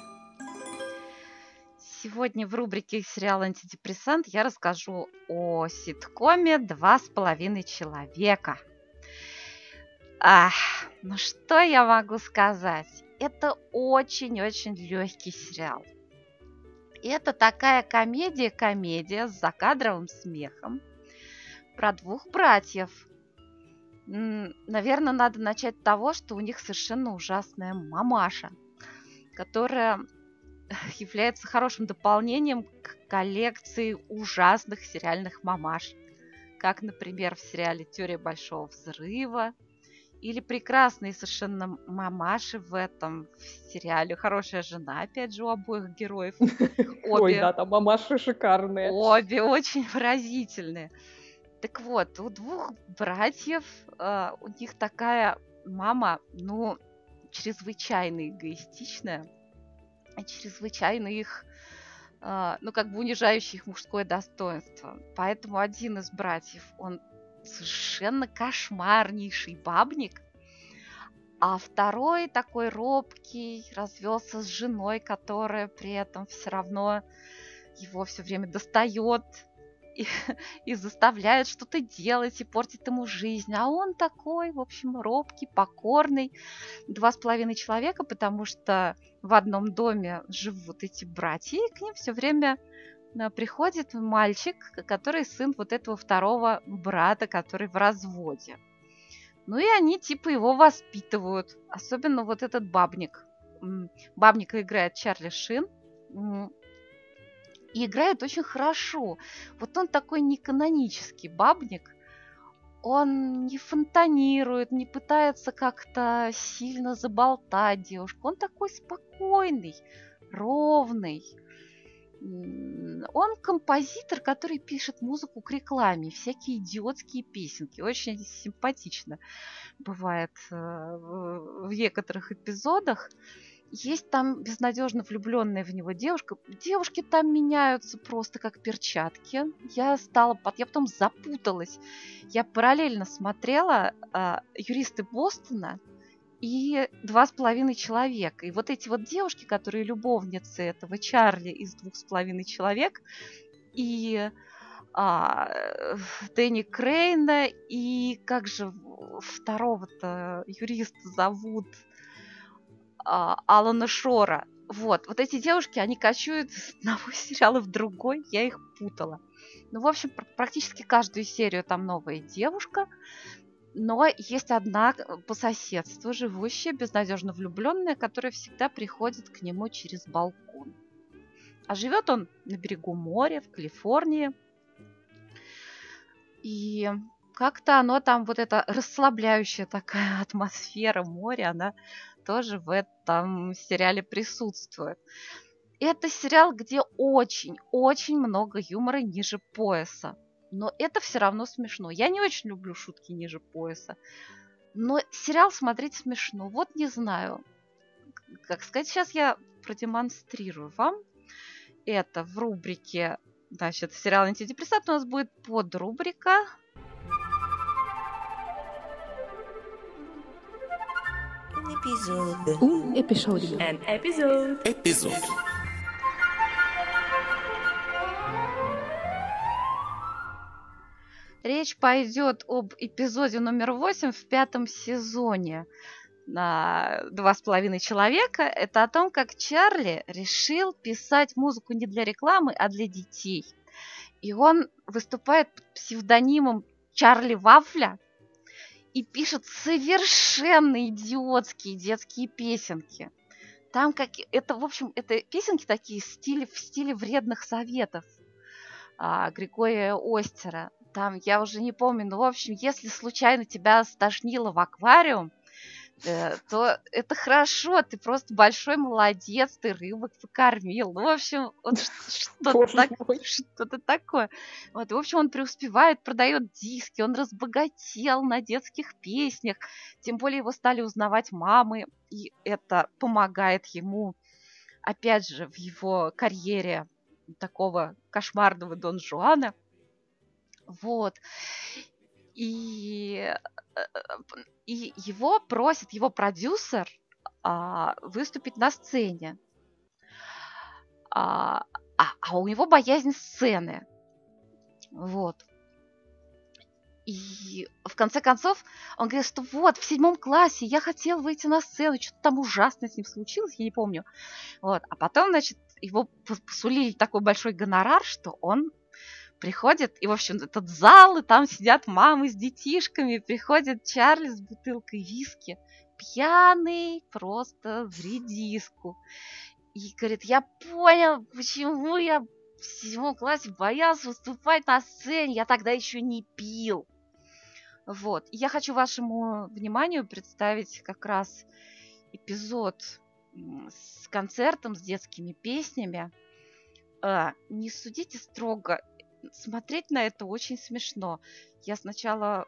Сегодня в рубрике «Сериал антидепрессант» я расскажу о ситкоме «2,5 человека». Ну что я могу сказать? Это очень-очень легкий сериал. Это такая комедия с закадровым смехом про 2 братьев. Наверное, надо начать с того, что у них совершенно ужасная мамаша, которая является хорошим дополнением к коллекции ужасных сериальных мамаш, как, например, в сериале «Теория большого взрыва», или прекрасные совершенно мамаши в этом в сериале «Хорошая жена», опять же, у обоих героев. Ой, да, там мамаши шикарные. Обе очень выразительные. Так вот, у 2 братьев у них такая мама, чрезвычайно эгоистичная, чрезвычайно их, унижающая их мужское достоинство. Поэтому один из братьев, он совершенно кошмарнейший бабник, а второй такой робкий, развелся с женой, которая при этом все равно его все время достает и заставляет что-то делать, и портит ему жизнь. А он такой, в общем, робкий, покорный. 2,5 человека, потому что в одном доме живут эти братья, и к ним все время приходит мальчик, который сын вот этого второго брата, который в разводе. И они типа его воспитывают. Особенно вот этот бабник. Бабника играет Чарли Шин. И играет очень хорошо. Вот он такой неканонический бабник. Он не фонтанирует, не пытается как-то сильно заболтать девушку. Он такой спокойный, ровный. Он композитор, который пишет музыку к рекламе, всякие идиотские песенки. Очень симпатично бывает в некоторых эпизодах. Есть там безнадежно влюбленная в него девушка. Девушки там меняются просто как перчатки. Я потом запуталась. Я параллельно смотрела «Юристы Бостона» и 2,5 человека. И вот эти вот девушки, которые любовницы этого Чарли из 2,5 человек, и Дэнни Крейна, и как же второго-то юриста зовут, Алана Шора. Вот эти девушки, они кочуют с одного сериала в другой, я их путала. В общем, практически каждую серию там новая девушка. Но есть одна по соседству живущая, безнадежно влюбленная, которая всегда приходит к нему через балкон. А живет он на берегу моря, в Калифорнии. И как-то оно там, вот эта расслабляющая такая атмосфера моря, она тоже в этом сериале присутствует. И это сериал, где очень-очень много юмора ниже пояса. Но это все равно смешно. Я не очень люблю шутки ниже пояса. Но сериал смотреть смешно. Вот не знаю, как сказать. Сейчас я продемонстрирую вам. Это в рубрике, значит, сериал «Антидепрессант» у нас будет подрубрика. Эпизод. Речь пойдет об эпизоде номер 8 в 5-м сезоне на 2,5 человека. Это о том, как Чарли решил писать музыку не для рекламы, а для детей. И он выступает под псевдонимом Чарли Вафля и пишет совершенно идиотские детские песенки. Там это песенки такие в стиле вредных советов Григория Остера. Там, я уже не помню, в общем, если случайно тебя стошнило в аквариум, то это хорошо, ты просто большой молодец, ты рыбок покормил. Ну, в общем, вот что-то такое. Вот, в общем, он преуспевает, продает диски, он разбогател на детских песнях. Тем более его стали узнавать мамы, и это помогает ему, опять же, в его карьере такого кошмарного Дон Жуана. Вот. И его просит его продюсер выступить на сцене. А у него боязнь сцены. Вот. И в конце концов он говорит, что вот, в 7 классе я хотел выйти на сцену, что-то там ужасное с ним случилось, я не помню. Вот. А потом, значит, его посулили такой большой гонорар, что он приходит, и, в общем, этот зал, и там сидят мамы с детишками, приходит Чарли с бутылкой виски, пьяный просто в редиску. И говорит, я понял, почему я в 7 классе боялся выступать на сцене, я тогда еще не пил. Вот. И я хочу вашему вниманию представить как раз эпизод с концертом, с детскими песнями. Не судите строго, смотреть на это очень смешно. Я сначала...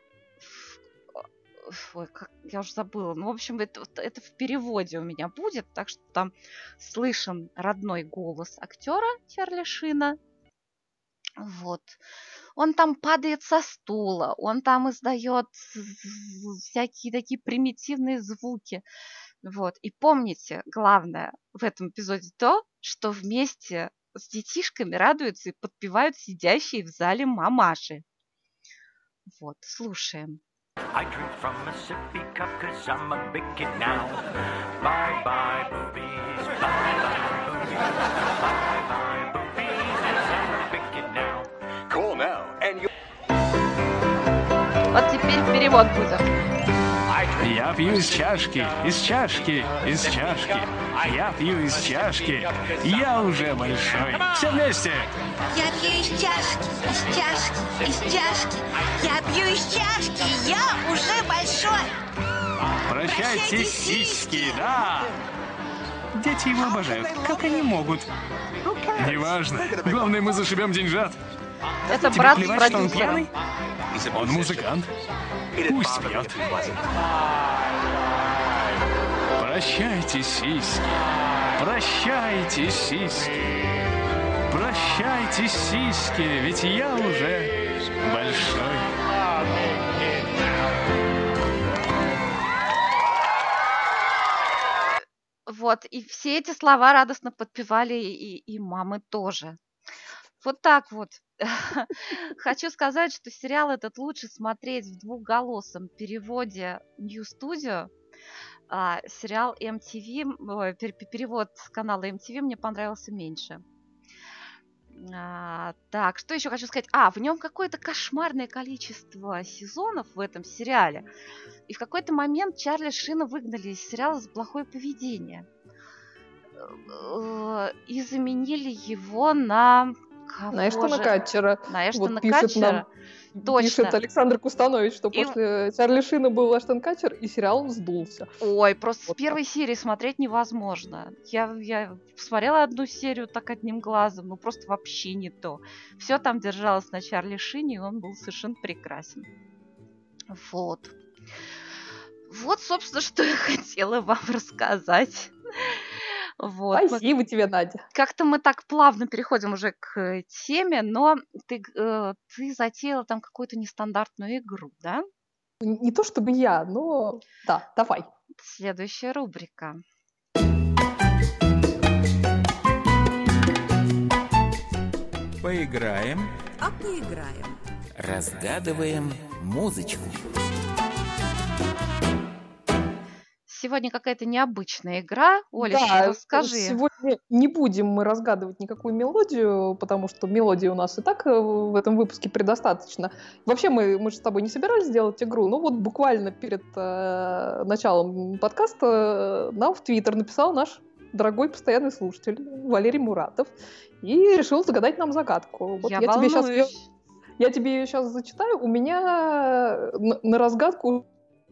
Ой, я уже забыла. Ну, в общем, это в переводе у меня будет, так что там слышен родной голос актера Чарли Шина. Вот. Он там падает со стула, он там издает всякие такие примитивные звуки. Вот. И помните, главное в этом эпизоде то, что вместе с детишками радуются и подпевают сидящие в зале мамаши. Вот, слушаем. I drink from a sippy cup 'cause I'm a big kid now. Bye-bye, boobies. Bye-bye, boobies. Bye-bye, boobies. 'Cause I'm a big kid now. Cool now. And you... Вот теперь перевод будет. Я пью из чашки, из чашки, из чашки. Я пью из чашки. Я уже большой. Все вместе. Я пью из чашки, из чашки, из чашки. Я пью из чашки, я уже большой. Прощайте, сиськи, да. Дети его обожают, как они могут. Неважно. Главное, мы зашибем деньжат. Это Тебе брат плевать, что он продюсера. пьяный? Он музыкант. Пусть пьет. Прощайте, сиськи. Прощайте, сиськи. Прощайте, сиськи, ведь я уже большой. Вот, и все эти слова радостно подпевали и мамы тоже. Вот так вот. Хочу сказать, что сериал этот лучше смотреть в двухголосом переводе New Studio. Сериал MTV, перевод канала MTV мне понравился меньше. Так, что еще хочу сказать? В нем какое-то кошмарное количество сезонов в этом сериале. И в какой-то момент Чарли Шина выгнали из сериала за плохое поведение. И заменили его на... На Эштона Катчера. На Эштона вот пишет Катчера. Точно. Пишет Александр Кустанович, что после Чарли Шина был Эштон Катчер, и сериал сдулся. Ой, просто вот с первой серии смотреть невозможно. Я посмотрела одну серию так одним глазом, ну просто вообще не то. Все там держалось на Чарли Шине, и он был совершенно прекрасен. Вот. Вот, собственно, что я хотела вам рассказать. Вот. Спасибо тебе, Надя. Как-то мы так плавно переходим уже к теме, но ты затеяла там какую-то нестандартную игру, да? Не то чтобы я, но да, давай. Следующая рубрика. Поиграем. Поиграем. Разгадываем музычку. Сегодня какая-то необычная игра. Оля, да, расскажи. Сегодня не будем мы разгадывать никакую мелодию, потому что мелодии у нас и так в этом выпуске предостаточно. Вообще мы же с тобой не собирались делать игру, но вот буквально перед началом подкаста нам в Твиттер написал наш дорогой постоянный слушатель Валерий Муратов и решил загадать нам загадку. Вот я волнуюсь. Я тебе ее сейчас зачитаю. У меня на разгадку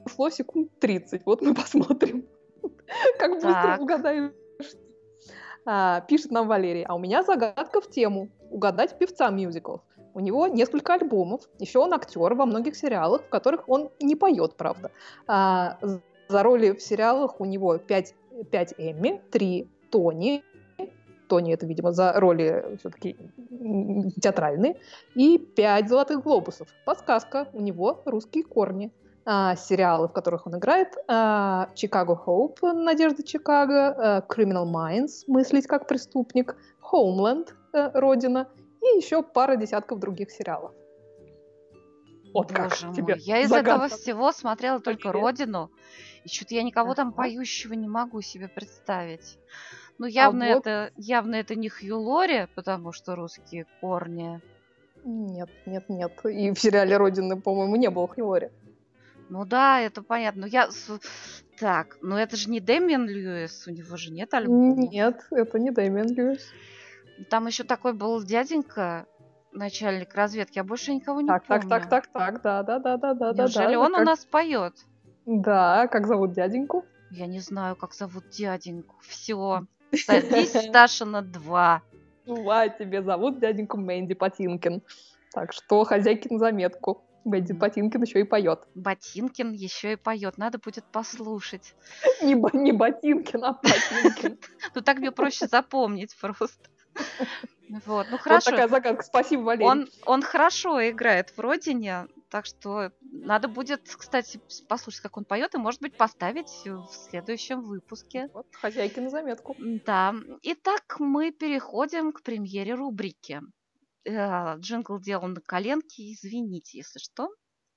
ушло секунд 30. Вот мы посмотрим, как быстро Так. угадаешь. Пишет нам Валерий. А у меня загадка в тему. Угадать певца мюзиклов. У него несколько альбомов. Еще он актер во многих сериалах, в которых он не поет, правда. За роли в сериалах у него 5 Эмми, 3 Тони. Тони это, видимо, за роли все-таки театральные. И 5 золотых глобусов. Подсказка. У него русские корни. Сериалы, в которых он играет: «Чикаго Хоуп», «Надежда Чикаго», «Criminal Minds», «Мыслить как преступник», «Homeland», «Родина» и еще пара десятков других сериалов. Вот как Боже тебе мой, я из загадка. этого всего смотрела только Валерия. «Родину», и что-то я никого там Ага. поющего не могу себе представить. Ну, явно вот- это не Хью Лори, потому что русские корни. Нет. И в сериале «Родина», по-моему, не было Хью Лори. Ну да, это понятно. Так, но это же не Дэмиан Льюис, у него же нет альбома. Нет, это не Дэмиан Льюис. Там еще такой был дяденька, начальник разведки, я больше никого не Так, помню. да. Неужели он у нас поет? Да, как зовут дяденьку? Я не знаю, как зовут дяденьку. Все. Садись, Сташа, на 2. Тебе зовут дяденьку Мэнди Патинкин. Так что хозяйки на заметку. Мэнди Патинкин еще и поет. Ботинкин еще и поет. Надо будет послушать. Не Ботинкин, а Патинкин. Ну так мне проще запомнить просто. Вот, ну Вот хорошо. такая загадка. Спасибо, Валерий. Он хорошо играет в «Родине», так что надо будет, кстати, послушать, как он поет, и, может быть, поставить в следующем выпуске. Вот, хозяйки на заметку. Да. Итак, мы переходим к премьере рубрики. Джингл делан на коленке, извините, если что.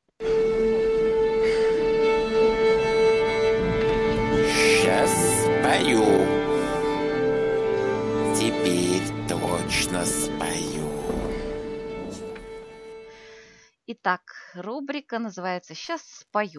Сейчас спою. Теперь точно спою. Итак, рубрика называется «Сейчас спою».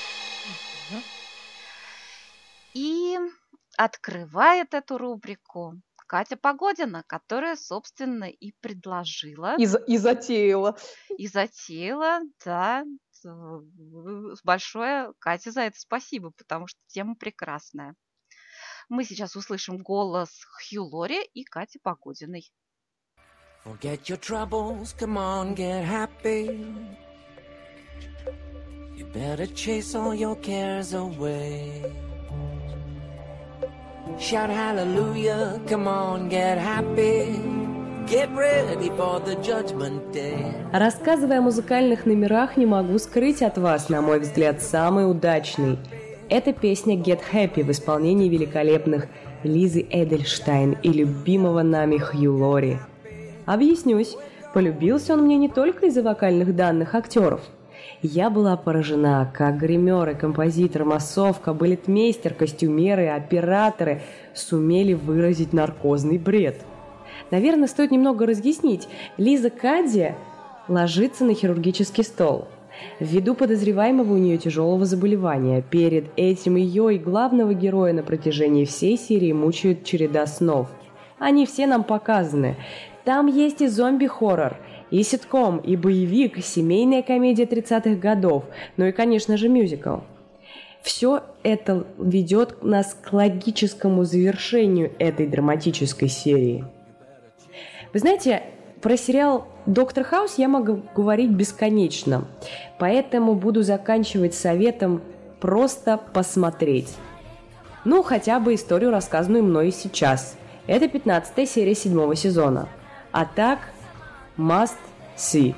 И открывает эту рубрику Катя Погодина, которая, собственно, и предложила, И затеяла. и затеяла, да. Большое Кате за это спасибо, потому что тема прекрасная. Мы сейчас услышим голос Хью Лори и Кати Погодиной. Forget your troubles, come on, get happy. You better chase all your cares away. Shout hallelujah, come on, get happy. Get ready for the judgment day. Рассказывая о музыкальных номерах, не могу скрыть от вас, на мой взгляд, самый удачный. Это песня «Get Happy» в исполнении великолепных Лизы Эдельштайн и любимого нами Хью Лори. Объяснюсь, полюбился он мне не только из-за вокальных данных актеров. Я была поражена, как гримеры, композитор, массовка, балетмейстер, костюмеры, операторы сумели выразить наркозный бред. Наверное, стоит немного разъяснить. Лиза Кадди ложится на хирургический стол. Ввиду подозреваемого у нее тяжелого заболевания, перед этим ее и главного героя на протяжении всей серии мучают череда снов. Они все нам показаны. Там есть и зомби-хоррор, и ситком, и боевик, семейная комедия 30-х годов, ну и, конечно же, мюзикл. Все это ведет нас к логическому завершению этой драматической серии. Вы знаете, про сериал «Доктор Хаус» я могу говорить бесконечно, поэтому буду заканчивать советом просто посмотреть. Ну, хотя бы историю, рассказанную мной сейчас. Это 15-я серия 7-го сезона. А так, must see.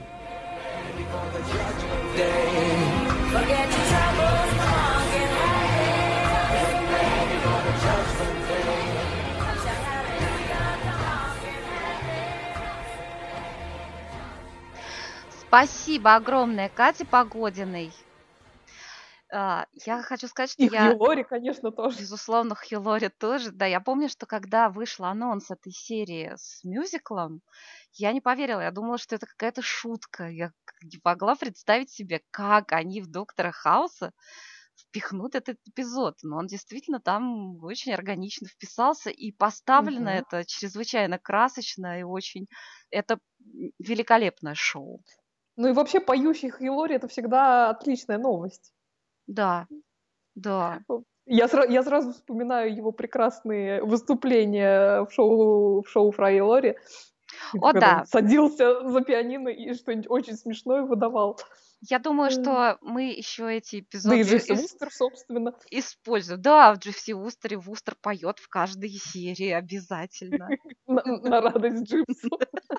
Спасибо огромное Кате Погодиной. Я хочу сказать, что И Хью Лори, конечно, тоже. Безусловно, Хью Лори тоже. Да, я помню, что когда вышел анонс этой серии с мюзиклом, я не поверила. Я думала, что это какая-то шутка. Я не могла представить себе, как они в «Доктора Хауса» впихнут этот эпизод. Но он действительно там очень органично вписался, и поставлено это чрезвычайно красочно, и очень... Это великолепное шоу. Ну и вообще поющий Хью Лори — это всегда отличная новость. Да, да. Я сразу вспоминаю его прекрасные выступления в шоу Фрай и Лори. О, Когда да. он садился за пианино и что-нибудь очень смешное выдавал. Я думаю, что мы еще эти Да эпизоды и Дживс и Вустер, собственно. используем. Да, в Дживсе Вустере Вустер поет в каждой серии обязательно. На радость Дживсу.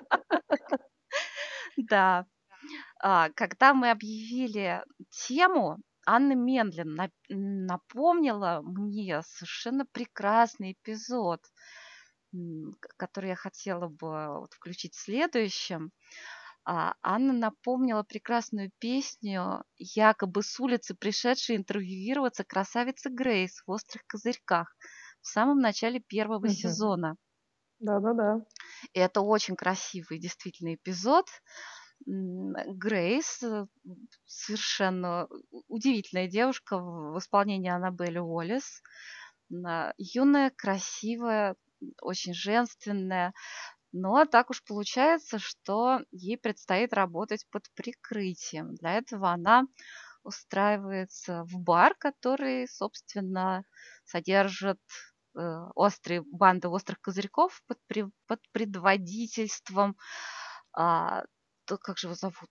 Да. Когда мы объявили тему, Анна Мендлин напомнила мне совершенно прекрасный эпизод, который я хотела бы включить в следующем. Анна напомнила прекрасную песню, якобы с улицы пришедшей интервьюироваться красавицы Грейс в «Острых козырьках» в самом начале первого сезона. Да-да-да. И это очень красивый действительно эпизод. Грейс, совершенно удивительная девушка в исполнении Аннабель Уоллес. Юная, красивая, очень женственная. Но так уж получается, что ей предстоит работать под прикрытием. Для этого она устраивается в бар, который, собственно, содержит банды острых козырьков под предводительством как же его зовут?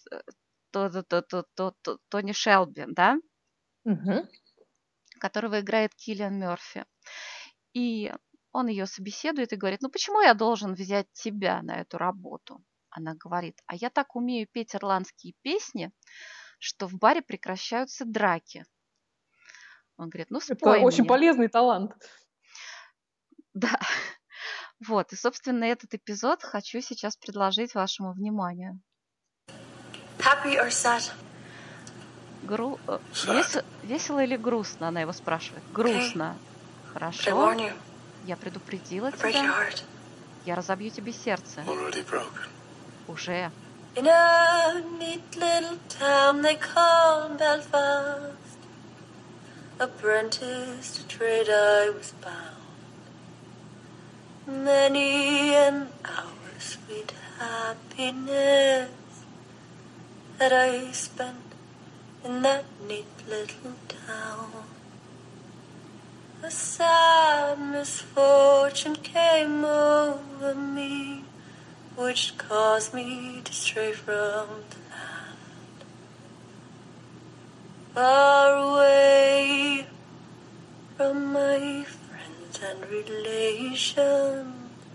Тони Шелби, да? Которого играет Киллиан Мёрфи. И он ее собеседует и говорит: ну почему я должен взять тебя на эту работу? Она говорит: а я так умею петь ирландские песни, что в баре прекращаются драки. Он говорит: ну спой Это очень мне. полезный талант. Да. Вот, и, собственно, этот эпизод хочу сейчас предложить вашему вниманию. Happy or sad? Весело или грустно? Она его спрашивает. Грустно. Okay. Хорошо. Я предупредила тебя. Я разобью тебе сердце. Уже. In a neat little town they call Belfast, apprentice to trade I was bound. Many an hour sweet happiness that I spent in that neat little town. A sad misfortune came over me, which caused me to stray from the land. Far away from my friends and relations,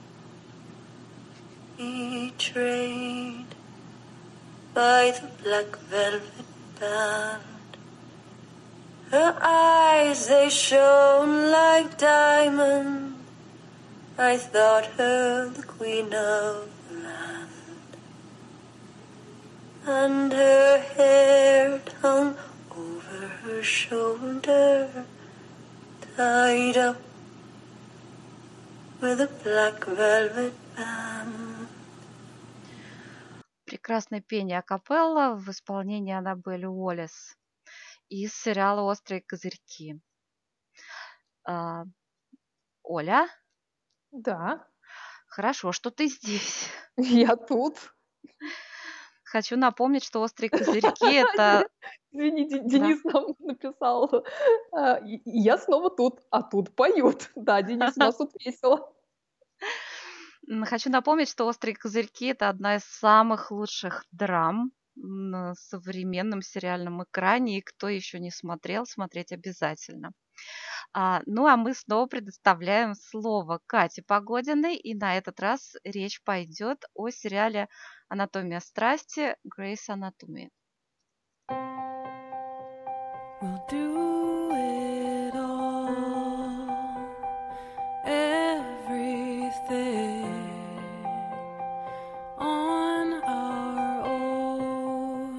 betrayed by the black velvet band. Her eyes, they shone like diamonds. I thought her the queen of the land. And her hair hung over her shoulder, tied up with a black velvet band. Прекрасное пение акапелла в исполнении Аннабель Уоллес из сериала «Острые козырьки». Оля? Да. Хорошо, что ты здесь. Я тут. Хочу напомнить, что «Острые козырьки» — это... Извините, Денис нам написал. Я снова тут, а тут поют. Да, Денис, у нас тут весело. Хочу напомнить, что «Острые козырьки» — это одна из самых лучших драм на современном сериальном экране. И кто еще не смотрел, смотреть обязательно. Ну, а мы снова предоставляем слово Кате Погодиной. И на этот раз речь пойдет о сериале «Анатомия страсти» Grey's Anatomy. We'll do it all, everything on our own.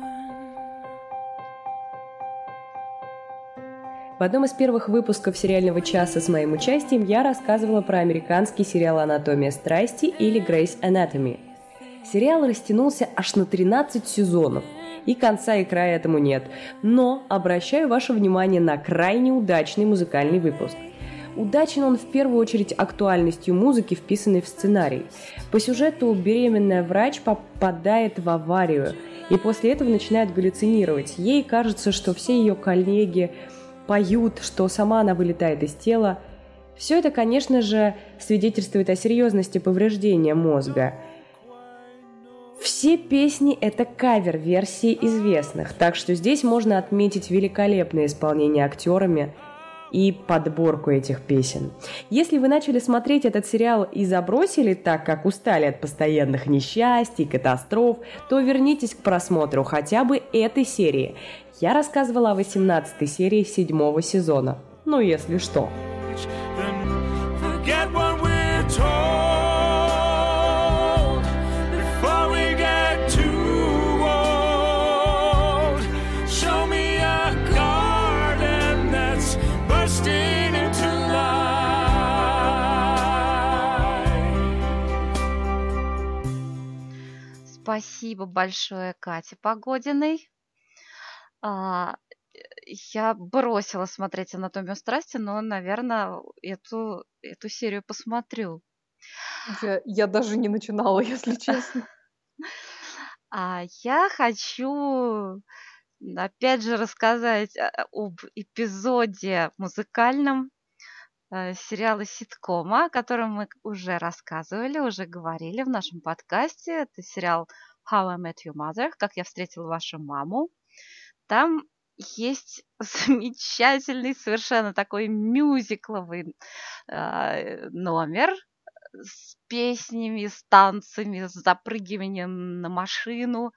В одном из первых выпусков сериального часа с моим участием я рассказывала про американский сериал «Анатомия страсти» или Grey's Anatomy. Сериал растянулся аж на 13 сезонов, и конца и края этому нет. Но обращаю ваше внимание на крайне удачный музыкальный выпуск. Удачен он в первую очередь актуальностью музыки, вписанной в сценарий. По сюжету беременная врач попадает в аварию, и после этого начинает галлюцинировать. Ей кажется, что все ее коллеги поют, что сама она вылетает из тела. Все это, конечно же, свидетельствует о серьезности повреждения мозга. Все песни – это кавер-версии известных, так что здесь можно отметить великолепное исполнение актерами и подборку этих песен. Если вы начали смотреть этот сериал и забросили, так как устали от постоянных несчастий, катастроф, то вернитесь к просмотру хотя бы этой серии. Я рассказывала о 18-й серии 7-го сезона. Ну, если что. Спасибо большое Кате Погодиной. Я бросила смотреть «Анатомию страсти», но, наверное, эту серию посмотрю. Я даже не начинала, если честно. Я хочу, опять же, рассказать об эпизоде музыкальном сериала ситкома, о котором мы уже рассказывали, уже говорили в нашем подкасте. Это сериал How I Met Your Mother, «Как я встретил вашу маму». Там есть замечательный, совершенно такой мюзикловый номер с песнями, с танцами, с запрыгиванием на машину.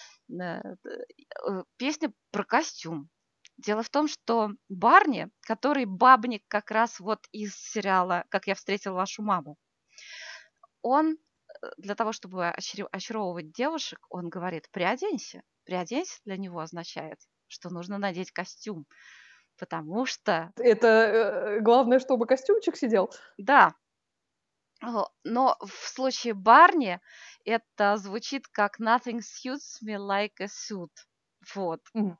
Песня про костюм. Дело в том, что Барни, который бабник как раз вот из сериала «Как я встретил вашу маму», он для того, чтобы очаровывать девушек, он говорит: приоденься. Приоденься для него означает, что нужно надеть костюм, потому что... Это главное, чтобы костюмчик сидел? Да. Но в случае Барни это звучит как «Nothing suits me like a suit». Вот.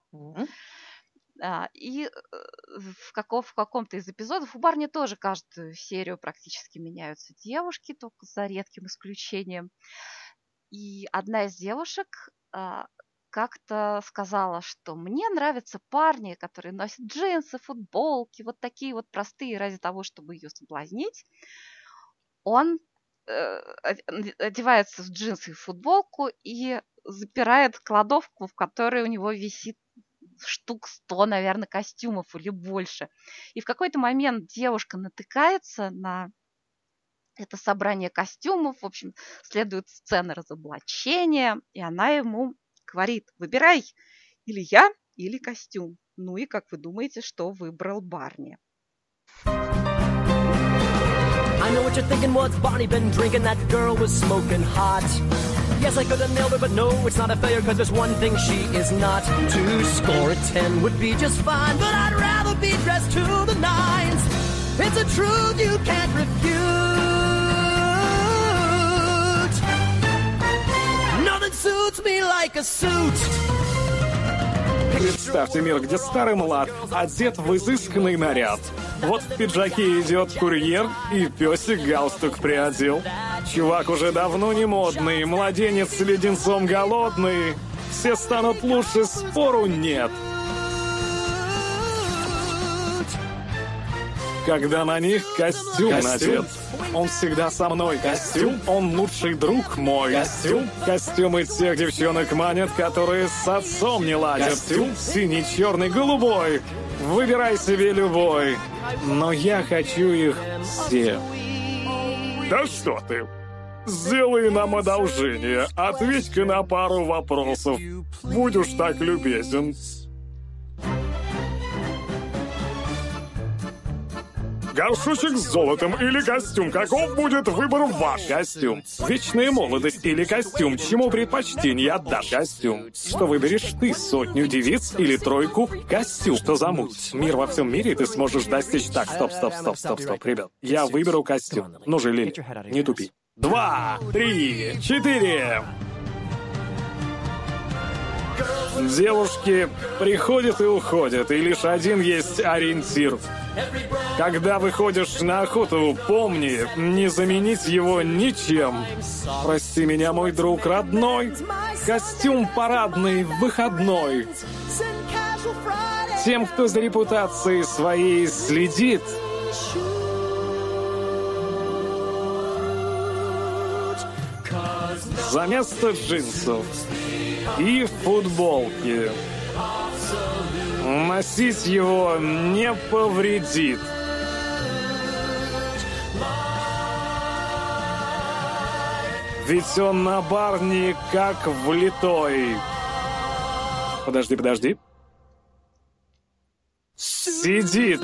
И в каком-то из эпизодов у Барни тоже каждую серию практически меняются девушки, только за редким исключением. И одна из девушек как-то сказала, что мне нравятся парни, которые носят джинсы, футболки, вот такие вот простые ради того, чтобы ее соблазнить. Он одевается в джинсы и футболку и запирает кладовку, в которой у него висит штук 100, наверное, костюмов или больше. И в какой-то момент девушка натыкается на это собрание костюмов. В общем, следует сцена разоблачения, и она ему говорит: выбирай, или я, или костюм. Ну и как вы думаете, что выбрал Барни? I know what you're thinking, what's Barney been drinking? That girl was smoking hot. Yes, I could have nailed her, but no, it's not a failure, cause there's one thing she is not. To score a 10 would be just fine, but I'd rather be dressed to the nines. It's a truth you can't refute. Nothing suits me like a suit. Представьте мир, где старый млад одет в изысканный наряд. Вот в пиджаке идет курьер, и песик галстук приодел. Чувак уже давно не модный, младенец с леденцом голодный. Все станут лучше, спору нет. Когда на них костюм надет, он всегда со мной. Костюм, он лучший друг мой. Костюм, костюмы тех девчонок манят, которые с отцом не ладят. Костюм, синий, черный, голубой. Выбирай себе любой. Но я хочу их все. Да что ты? Сделай нам одолжение. Ответь-ка на пару вопросов. Будь уж так любезен. Горшочек с золотом или костюм? Каков будет выбор ваш? Костюм. Вечная молодость или костюм? Чему предпочтение отдашь? Костюм. Что выберешь ты? 100 девиц или 3? Костюм. Что за муть? Мир во всем мире ты сможешь достичь. Так, стоп, ребят. Я выберу костюм. Ну же, Лили, не тупи. 2, 3, 4. Девушки приходят и уходят, и лишь один есть ориентир. Когда выходишь на охоту, помни, не заменить его ничем. Прости меня, мой друг родной, костюм парадный, выходной. Тем, кто за репутацией своей следит, за место джинсов и футболки носить его не повредит. Ведь он на барне как влитой. Подожди. Сидит.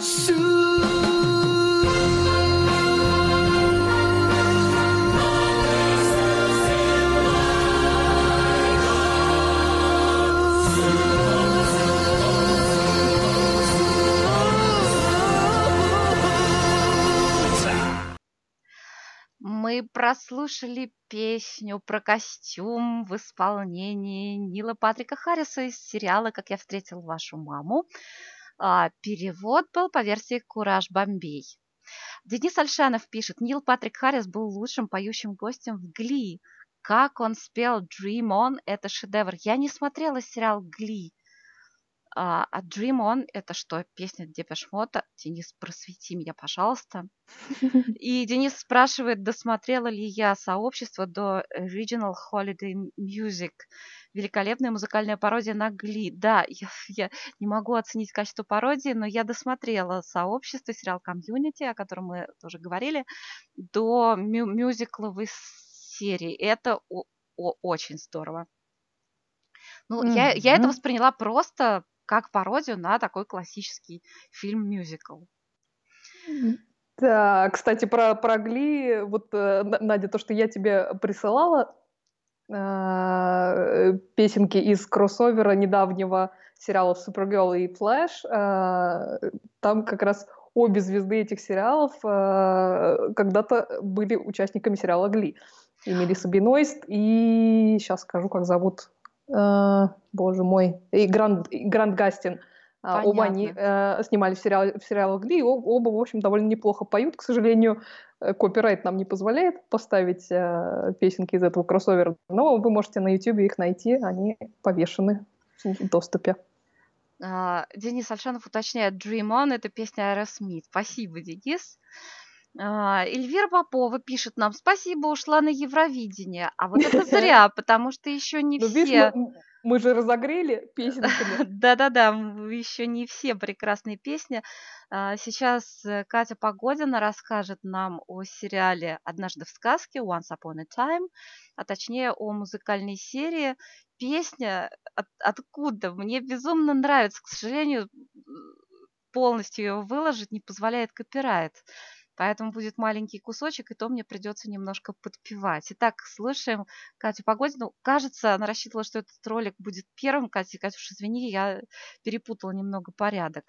Мы прослушали песню про костюм в исполнении Нила Патрика Харриса из сериала «Как я встретил вашу маму». Перевод был по версии «Кураж Бомбей». Денис Альшанов пишет: Нил Патрик Харрис был лучшим поющим гостем в «Гли». Как он спел «Dream On» – это шедевр. Я не смотрела сериал «Гли». А «Dream On» – это что, песня Депеш Мода? Денис, просвети меня, пожалуйста. И Денис спрашивает, досмотрела ли я «Сообщество» до Original Holiday Music. Великолепная музыкальная пародия на «Гли». Да, я не могу оценить качество пародии, но я досмотрела «Сообщество», сериал «Комьюнити», о котором мы тоже говорили, до мюзикловой серии. Это очень здорово. Ну, я это восприняла просто как пародию на такой классический фильм-мюзикл. Да, кстати, про Гли, вот, Надя, то, что я тебе присылала, песенки из кроссовера недавнего сериалов Supergirl и Flash, там как раз обе звезды этих сериалов когда-то были участниками сериала Гли. И Мелисса Бенойст, и сейчас скажу, как зовут, боже мой, и Грант Гастин. Оба они снимали в сериале Гли, и оба, в общем, довольно неплохо поют. К сожалению, копирайт нам не позволяет поставить песенки из этого кроссовера, но вы можете на YouTube их найти, они повешены в доступе. Денис Альшанов уточняет, Dream On — это песня Aerosmith. Спасибо, Денис. Эльвира Попова пишет нам: спасибо, ушла на Евровидение. А вот это зря, потому что еще не все... Мы же разогрели песенками. Да-да-да, еще не все прекрасные песни. Сейчас Катя Погодина расскажет нам о сериале «Однажды в сказке» Once Upon a Time, а точнее о музыкальной серии. Песня откуда? Мне безумно нравится. К сожалению, полностью ее выложить не позволяет копирайт. Поэтому будет маленький кусочек, и то мне придется немножко подпевать. Итак, слушаем Катю Погодину. Кажется, она рассчитывала, что этот ролик будет первым. Катюш, извини, я перепутала немного порядок.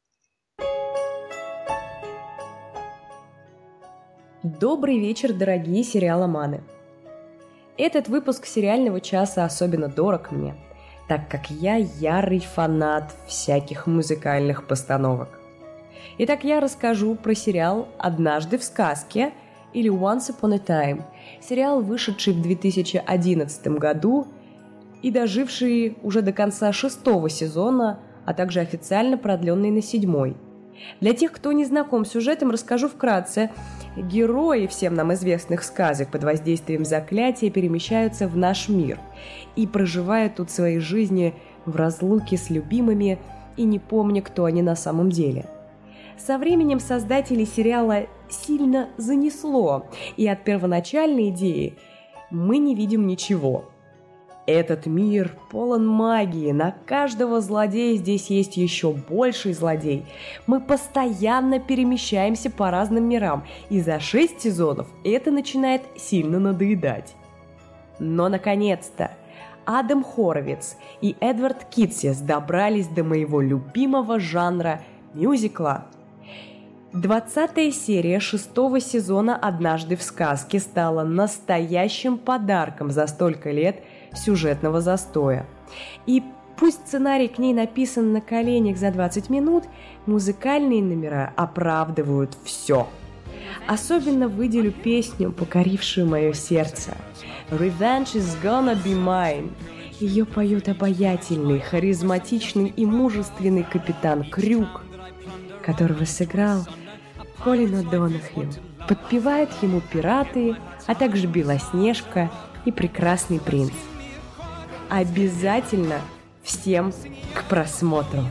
Добрый вечер, дорогие сериаломаны. Этот выпуск сериального часа особенно дорог мне, так как я ярый фанат всяких музыкальных постановок. Итак, я расскажу про сериал «Однажды в сказке» или «Once Upon a Time», сериал, вышедший в 2011 году и доживший уже до конца 6-го сезона, а также официально продленный на 7-й. Для тех, кто не знаком с сюжетом, расскажу вкратце. Герои всем нам известных сказок под воздействием заклятия перемещаются в наш мир и проживают тут свои жизни в разлуке с любимыми и не помня, кто они на самом деле. Со временем создателей сериала сильно занесло, и от первоначальной идеи мы не видим ничего. Этот мир полон магии, на каждого злодея здесь есть еще больший злодей. Мы постоянно перемещаемся по разным мирам, и за 6 сезонов это начинает сильно надоедать. Но, наконец-то, Адам Хоровиц и Эдвард Китсиас добрались до моего любимого жанра мюзикла. 20-я серия 6-го сезона «Однажды в сказке» стала настоящим подарком за столько лет сюжетного застоя. И пусть сценарий к ней написан на коленях за 20 минут, музыкальные номера оправдывают все. Особенно выделю песню, покорившую мое сердце. «Revenge is gonna be mine». Ее поет обаятельный, харизматичный и мужественный капитан Крюк, которого сыграл Колин О'Донахью. Подпевают ему пираты, а также Белоснежка и Прекрасный принц. Обязательно всем к просмотру.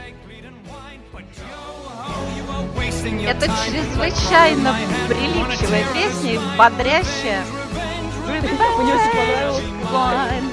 Это чрезвычайно прилипчивая песня и бодрящая. Мне очень понравилось.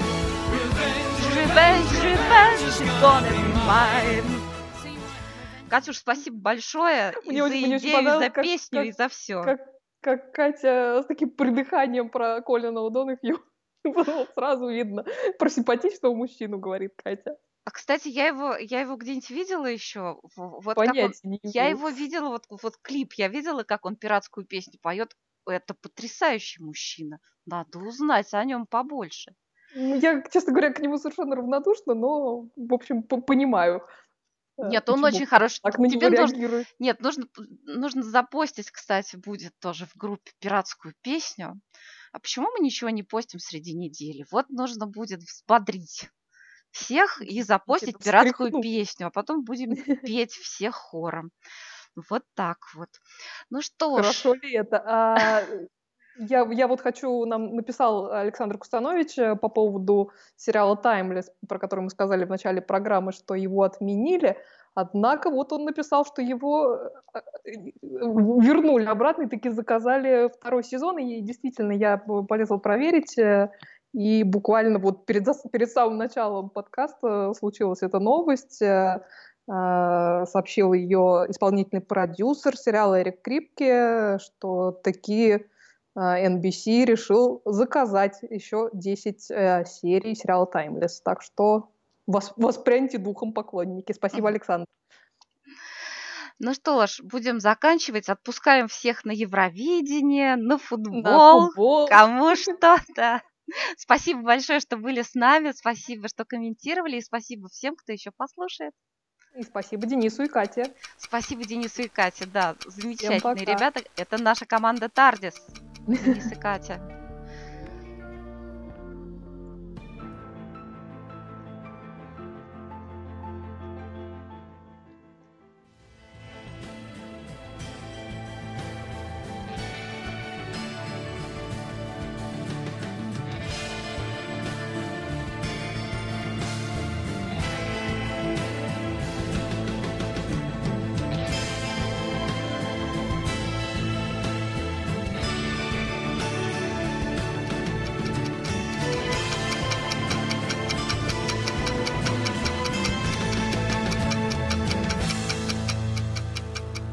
Катюш, спасибо большое Мне и за очень идею, понравилось, за песню и за все. Как Катя с таким придыханием про Колина О'Донахью. Вот сразу видно. Про симпатичного мужчину говорит Катя. А, кстати, я его где-нибудь видела еще. Вот как Понятия он... не Я имею. его видела, вот клип я видела, как он пиратскую песню поет. Это потрясающий мужчина. Надо узнать о нем побольше. Я, честно говоря, к нему совершенно равнодушна, но, в общем, понимаю. Нет, он почему очень хороший. так на него Тебе нужно... реагирует. Нет, нужно запостить, кстати, будет тоже в группе пиратскую песню. А почему мы ничего не постим среди недели? Вот нужно будет взбодрить всех и запостить пиратскую песню, а потом будем петь все хором. Вот так вот. Ну что ж. Хорошо ли это? Я вот хочу, нам написал Александр Кустанович по поводу сериала «Таймлесс», про который мы сказали в начале программы, что его отменили. Однако вот он написал, что его вернули обратно и таки заказали второй сезон. И действительно, я полезла проверить. И буквально вот перед самым началом подкаста случилась эта новость. Сообщил ее исполнительный продюсер сериала Эрик Крипке, что такие NBC решил заказать еще 10 серий сериала «Таймлесс». Так что воспряньте духом, поклонники. Спасибо, Александр. Ну что ж, будем заканчивать. Отпускаем всех на Евровидение, на футбол. Кому что-то. Спасибо большое, что были с нами. Спасибо, что комментировали. И спасибо всем, кто еще послушает. И спасибо Денису и Кате. Спасибо Денису и Кате, да, замечательные ребята. Это наша команда Тардис. Денис и Катя.